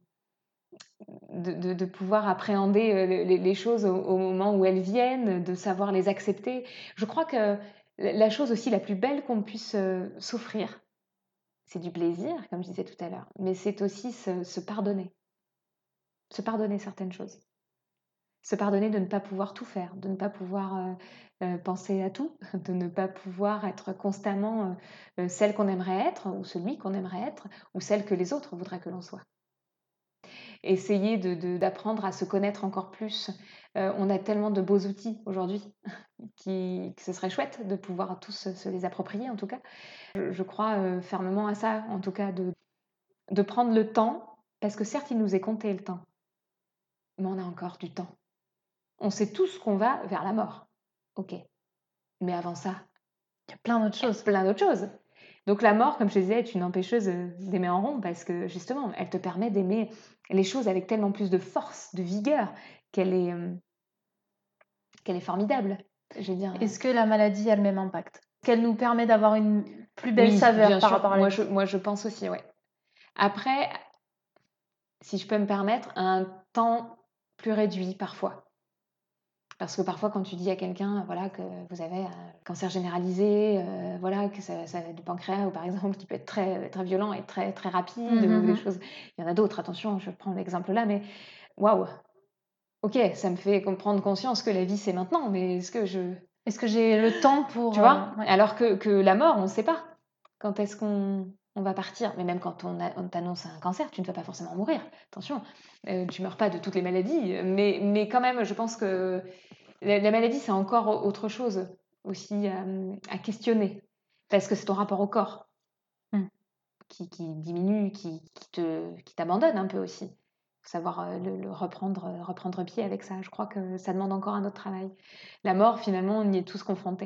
de, de- de pouvoir appréhender euh, les, les choses au, au moment où elles viennent, de savoir les accepter. Je crois que la la chose aussi la plus belle qu'on puisse euh, s'offrir, c'est du plaisir, comme je disais tout à l'heure, mais c'est aussi se, se pardonner, se pardonner certaines choses. Se pardonner de ne pas pouvoir tout faire, de ne pas pouvoir euh, euh, penser à tout, de ne pas pouvoir être constamment euh, euh, celle qu'on aimerait être, ou celui qu'on aimerait être, ou celle que les autres voudraient que l'on soit. Essayer de, de- d'apprendre à se connaître encore plus. Euh, on a tellement de beaux outils aujourd'hui qui, que ce serait chouette de pouvoir tous se, se les approprier en tout cas. Je, je crois euh, fermement à ça, en tout cas, de, de prendre le temps, parce que certes, il nous est compté le temps, mais on a encore du temps. On sait tous qu'on va vers la mort. Ok. Mais avant ça, Il y a plein d'autres choses. plein d'autres choses. Donc la mort, comme je disais, est une empêcheuse euh, d'aimer en rond parce que justement, elle te permet d'aimer les choses avec tellement plus de force, de vigueur, qu'elle est, euh, qu'elle est formidable. Je veux dire. Est-ce que la maladie a le même impact? Qu'elle nous permet d'avoir une plus belle Oui, saveur bien par sûr. rapport à la Moi, vie. je, moi, je pense aussi, ouais. Après, si je peux me permettre, un temps plus réduit parfois. Parce que parfois, quand tu dis à quelqu'un voilà, que vous avez un cancer généralisé, euh, voilà, que ça, ça du pancréas, ou par exemple, qui peut être très, très violent et très, très rapide, Mhm, ou des mhm. choses. Il y en a d'autres, attention, je prends l'exemple là, mais waouh, ok, ça me fait prendre conscience que la vie c'est maintenant, mais est-ce que je. Est-ce que j'ai le temps pour... Tu euh, vois ouais. Alors que, que la mort, on ne sait pas. Quand est-ce qu'on on va partir? Mais même quand on, a- on t'annonce un cancer, tu ne vas pas forcément mourir. Attention, euh, tu meurs pas de toutes les maladies, mais, mais quand même, je pense que la, la maladie, c'est encore autre chose aussi à, à questionner. Parce que c'est ton rapport au corps Mm. qui, qui diminue, qui, qui te, qui t'abandonne un peu aussi. Faut savoir euh, le, le reprendre, euh, reprendre pied avec ça. Je crois que ça demande encore un autre travail. La mort, finalement, on y est tous confrontés.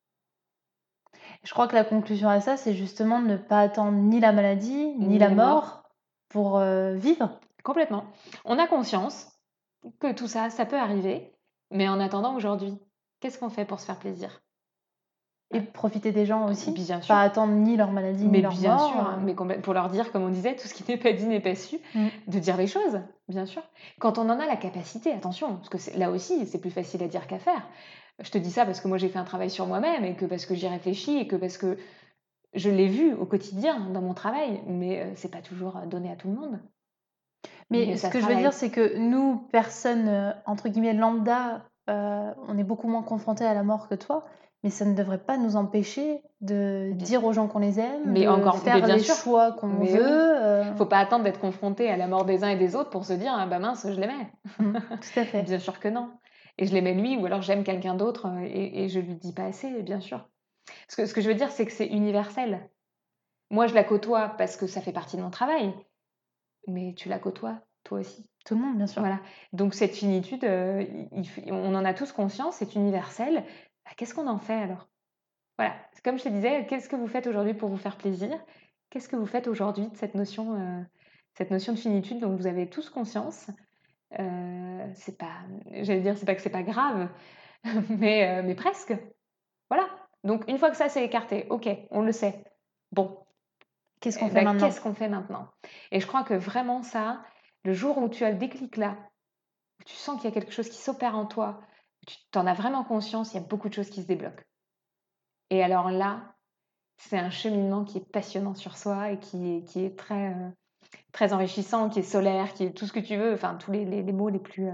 Je crois que la conclusion à ça, c'est justement de ne pas attendre ni la maladie, ni, Ni la la mort, mort. pour euh, vivre. Complètement. On a conscience que tout ça, ça peut arriver, mais en attendant aujourd'hui, qu'est-ce qu'on fait pour se faire plaisir? Et profiter des gens aussi. Bien sûr. Pas attendre ni leur maladie, ni Mais leur bien mort. sûr, euh. mais complè- pour leur dire, comme on disait, tout ce qui n'est pas dit n'est pas su, Mm. de dire les choses, bien sûr. Quand on en a la capacité, attention, parce que c'est- là aussi, c'est plus facile à dire qu'à faire. Je te dis ça parce que moi j'ai fait un travail sur moi-même et que parce que j'y réfléchis et que parce que je l'ai vu au quotidien dans mon travail, mais euh, c'est pas toujours donné à tout le monde. Mais Mais ce ça que se je veux dire, travaille. c'est que nous, personnes, euh, entre guillemets, lambda, euh, on est beaucoup moins confrontés à la mort que toi, mais ça ne devrait pas nous empêcher de Bien- dire aux gens qu'on les aime, Mais de encore, mais faire bien les sûr. choix qu'on Mais veut. oui. euh. Faut pas attendre d'être confronté à la mort des uns et des autres pour se dire ah bah mince, je l'aimais. Mm, tout à fait. Bien sûr que non. Et je l'aimais lui, ou alors j'aime quelqu'un d'autre euh, et, et je lui dis pas assez, bien sûr. Ce que, ce que je veux dire, c'est que c'est universel. Moi, je la côtoie parce que ça fait partie de mon travail, mais tu la côtoies toi aussi. Tout le monde, bien sûr. Voilà. Donc cette finitude, euh, il- il- on en a tous conscience, c'est universel. Bah, qu'est-ce qu'on en fait alors? Voilà. Comme je te disais, qu'est-ce que vous faites aujourd'hui pour vous faire plaisir? Qu'est-ce que vous faites aujourd'hui de cette notion, euh, cette notion de finitude dont vous avez tous conscience? Euh, c'est pas, j'allais dire, c'est pas que c'est pas grave, mais, euh, mais presque. Voilà. Donc une fois que ça c'est écarté, ok, on le sait. Bon, qu'est-ce qu'on eh fait ben, maintenant? Qu'est-ce qu'on fait maintenant? Et je crois que vraiment ça, le jour où tu as le déclic là, où tu sens qu'il y a quelque chose qui s'opère en toi, tu en as vraiment conscience, il y a beaucoup de choses qui se débloquent. Et alors là, c'est un cheminement qui est passionnant sur soi et qui est, qui est très, euh, très enrichissant, qui est solaire, qui est tout ce que tu veux, enfin tous les, les, les mots les plus, euh,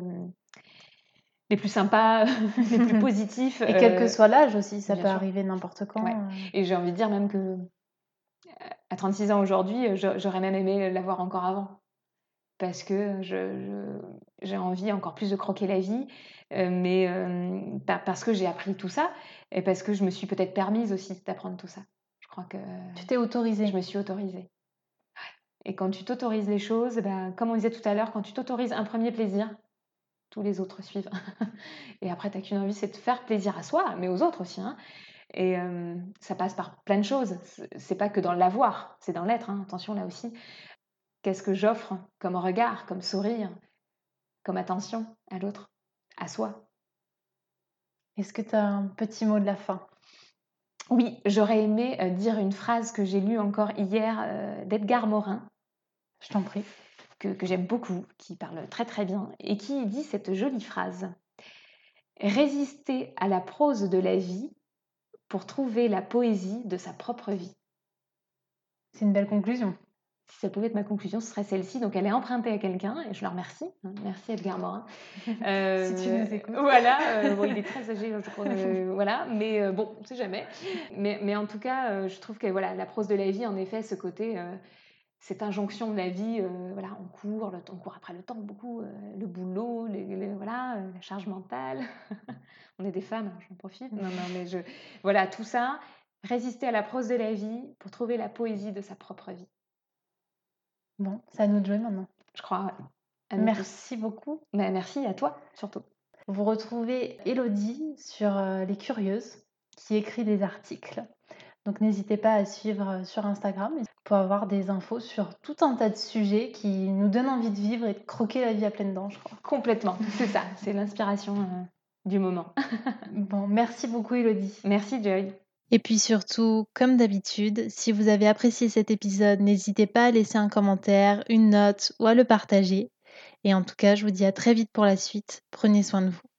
les plus sympas, les plus positifs. Et quel que euh, soit l'âge aussi, ça bien peut sûr. arriver n'importe quand. Ouais. euh. Et j'ai envie de dire même que à trente-six ans aujourd'hui, je- j'aurais même aimé l'avoir encore avant. Parce que je, je- j'ai envie encore plus de croquer la vie, euh, mais euh, pa- parce que j'ai appris tout ça et parce que je me suis peut-être permise aussi d'apprendre tout ça. Je crois que Tu t'es autorisée. je me suis autorisée. Et quand tu t'autorises les choses, ben, comme on disait tout à l'heure, quand tu t'autorises un premier plaisir, tous les autres suivent. Et après, tu n'as qu'une envie, c'est de faire plaisir à soi, mais aux autres aussi. Hein. Et euh, ça passe par plein de choses. C'est- C'est pas que dans l'avoir, c'est dans l'être. Hein. Attention là aussi. Qu'est-ce que j'offre comme regard, comme sourire, comme attention à l'autre, à soi? Est-ce que tu as un petit mot de la fin? Oui, j'aurais aimé euh, dire une phrase que j'ai lue encore hier euh, d'Edgar Morin, Je t'en prie. que, que j'aime beaucoup, qui parle très très bien, et qui dit cette jolie phrase. Résister à la prose de la vie pour trouver la poésie de sa propre vie. C'est une belle conclusion. Si ça pouvait être ma conclusion, ce serait celle-ci. Donc elle est empruntée à quelqu'un et je le remercie. Merci Edgar Morin. Si tu nous écoutes. Voilà, euh, bon, il est très âgé, je crois. euh, voilà, mais euh, bon, on ne sait jamais. Mais, mais en tout cas, euh, je trouve que voilà, la prose de la vie, en effet, ce côté, euh, cette injonction de la vie, euh, voilà, on court, le, on court après le temps beaucoup, euh, le boulot, les, les- voilà, euh, la charge mentale. On est des femmes, hein, j'en profite. Non, non, mais je, voilà, tout ça, résister à la prose de la vie pour trouver la poésie de sa propre vie. Bon, c'est à nous de jouer maintenant. Je crois. À nous tous. Merci beaucoup. Mais merci à toi, surtout. Vous retrouvez Elodie sur euh, Les Curieuses, qui écrit des articles. Donc n'hésitez pas à suivre euh, sur Instagram pour avoir des infos sur tout un tas de sujets qui nous donnent envie de vivre et de croquer la vie à pleines dents, je crois. Complètement, c'est ça, c'est l'inspiration euh, du moment. Bon, merci beaucoup Elodie. Merci Joy. Et puis surtout, comme d'habitude, si vous avez apprécié cet épisode, n'hésitez pas à laisser un commentaire, une note ou à le partager. Et en tout cas, je vous dis à très vite pour la suite. Prenez soin de vous.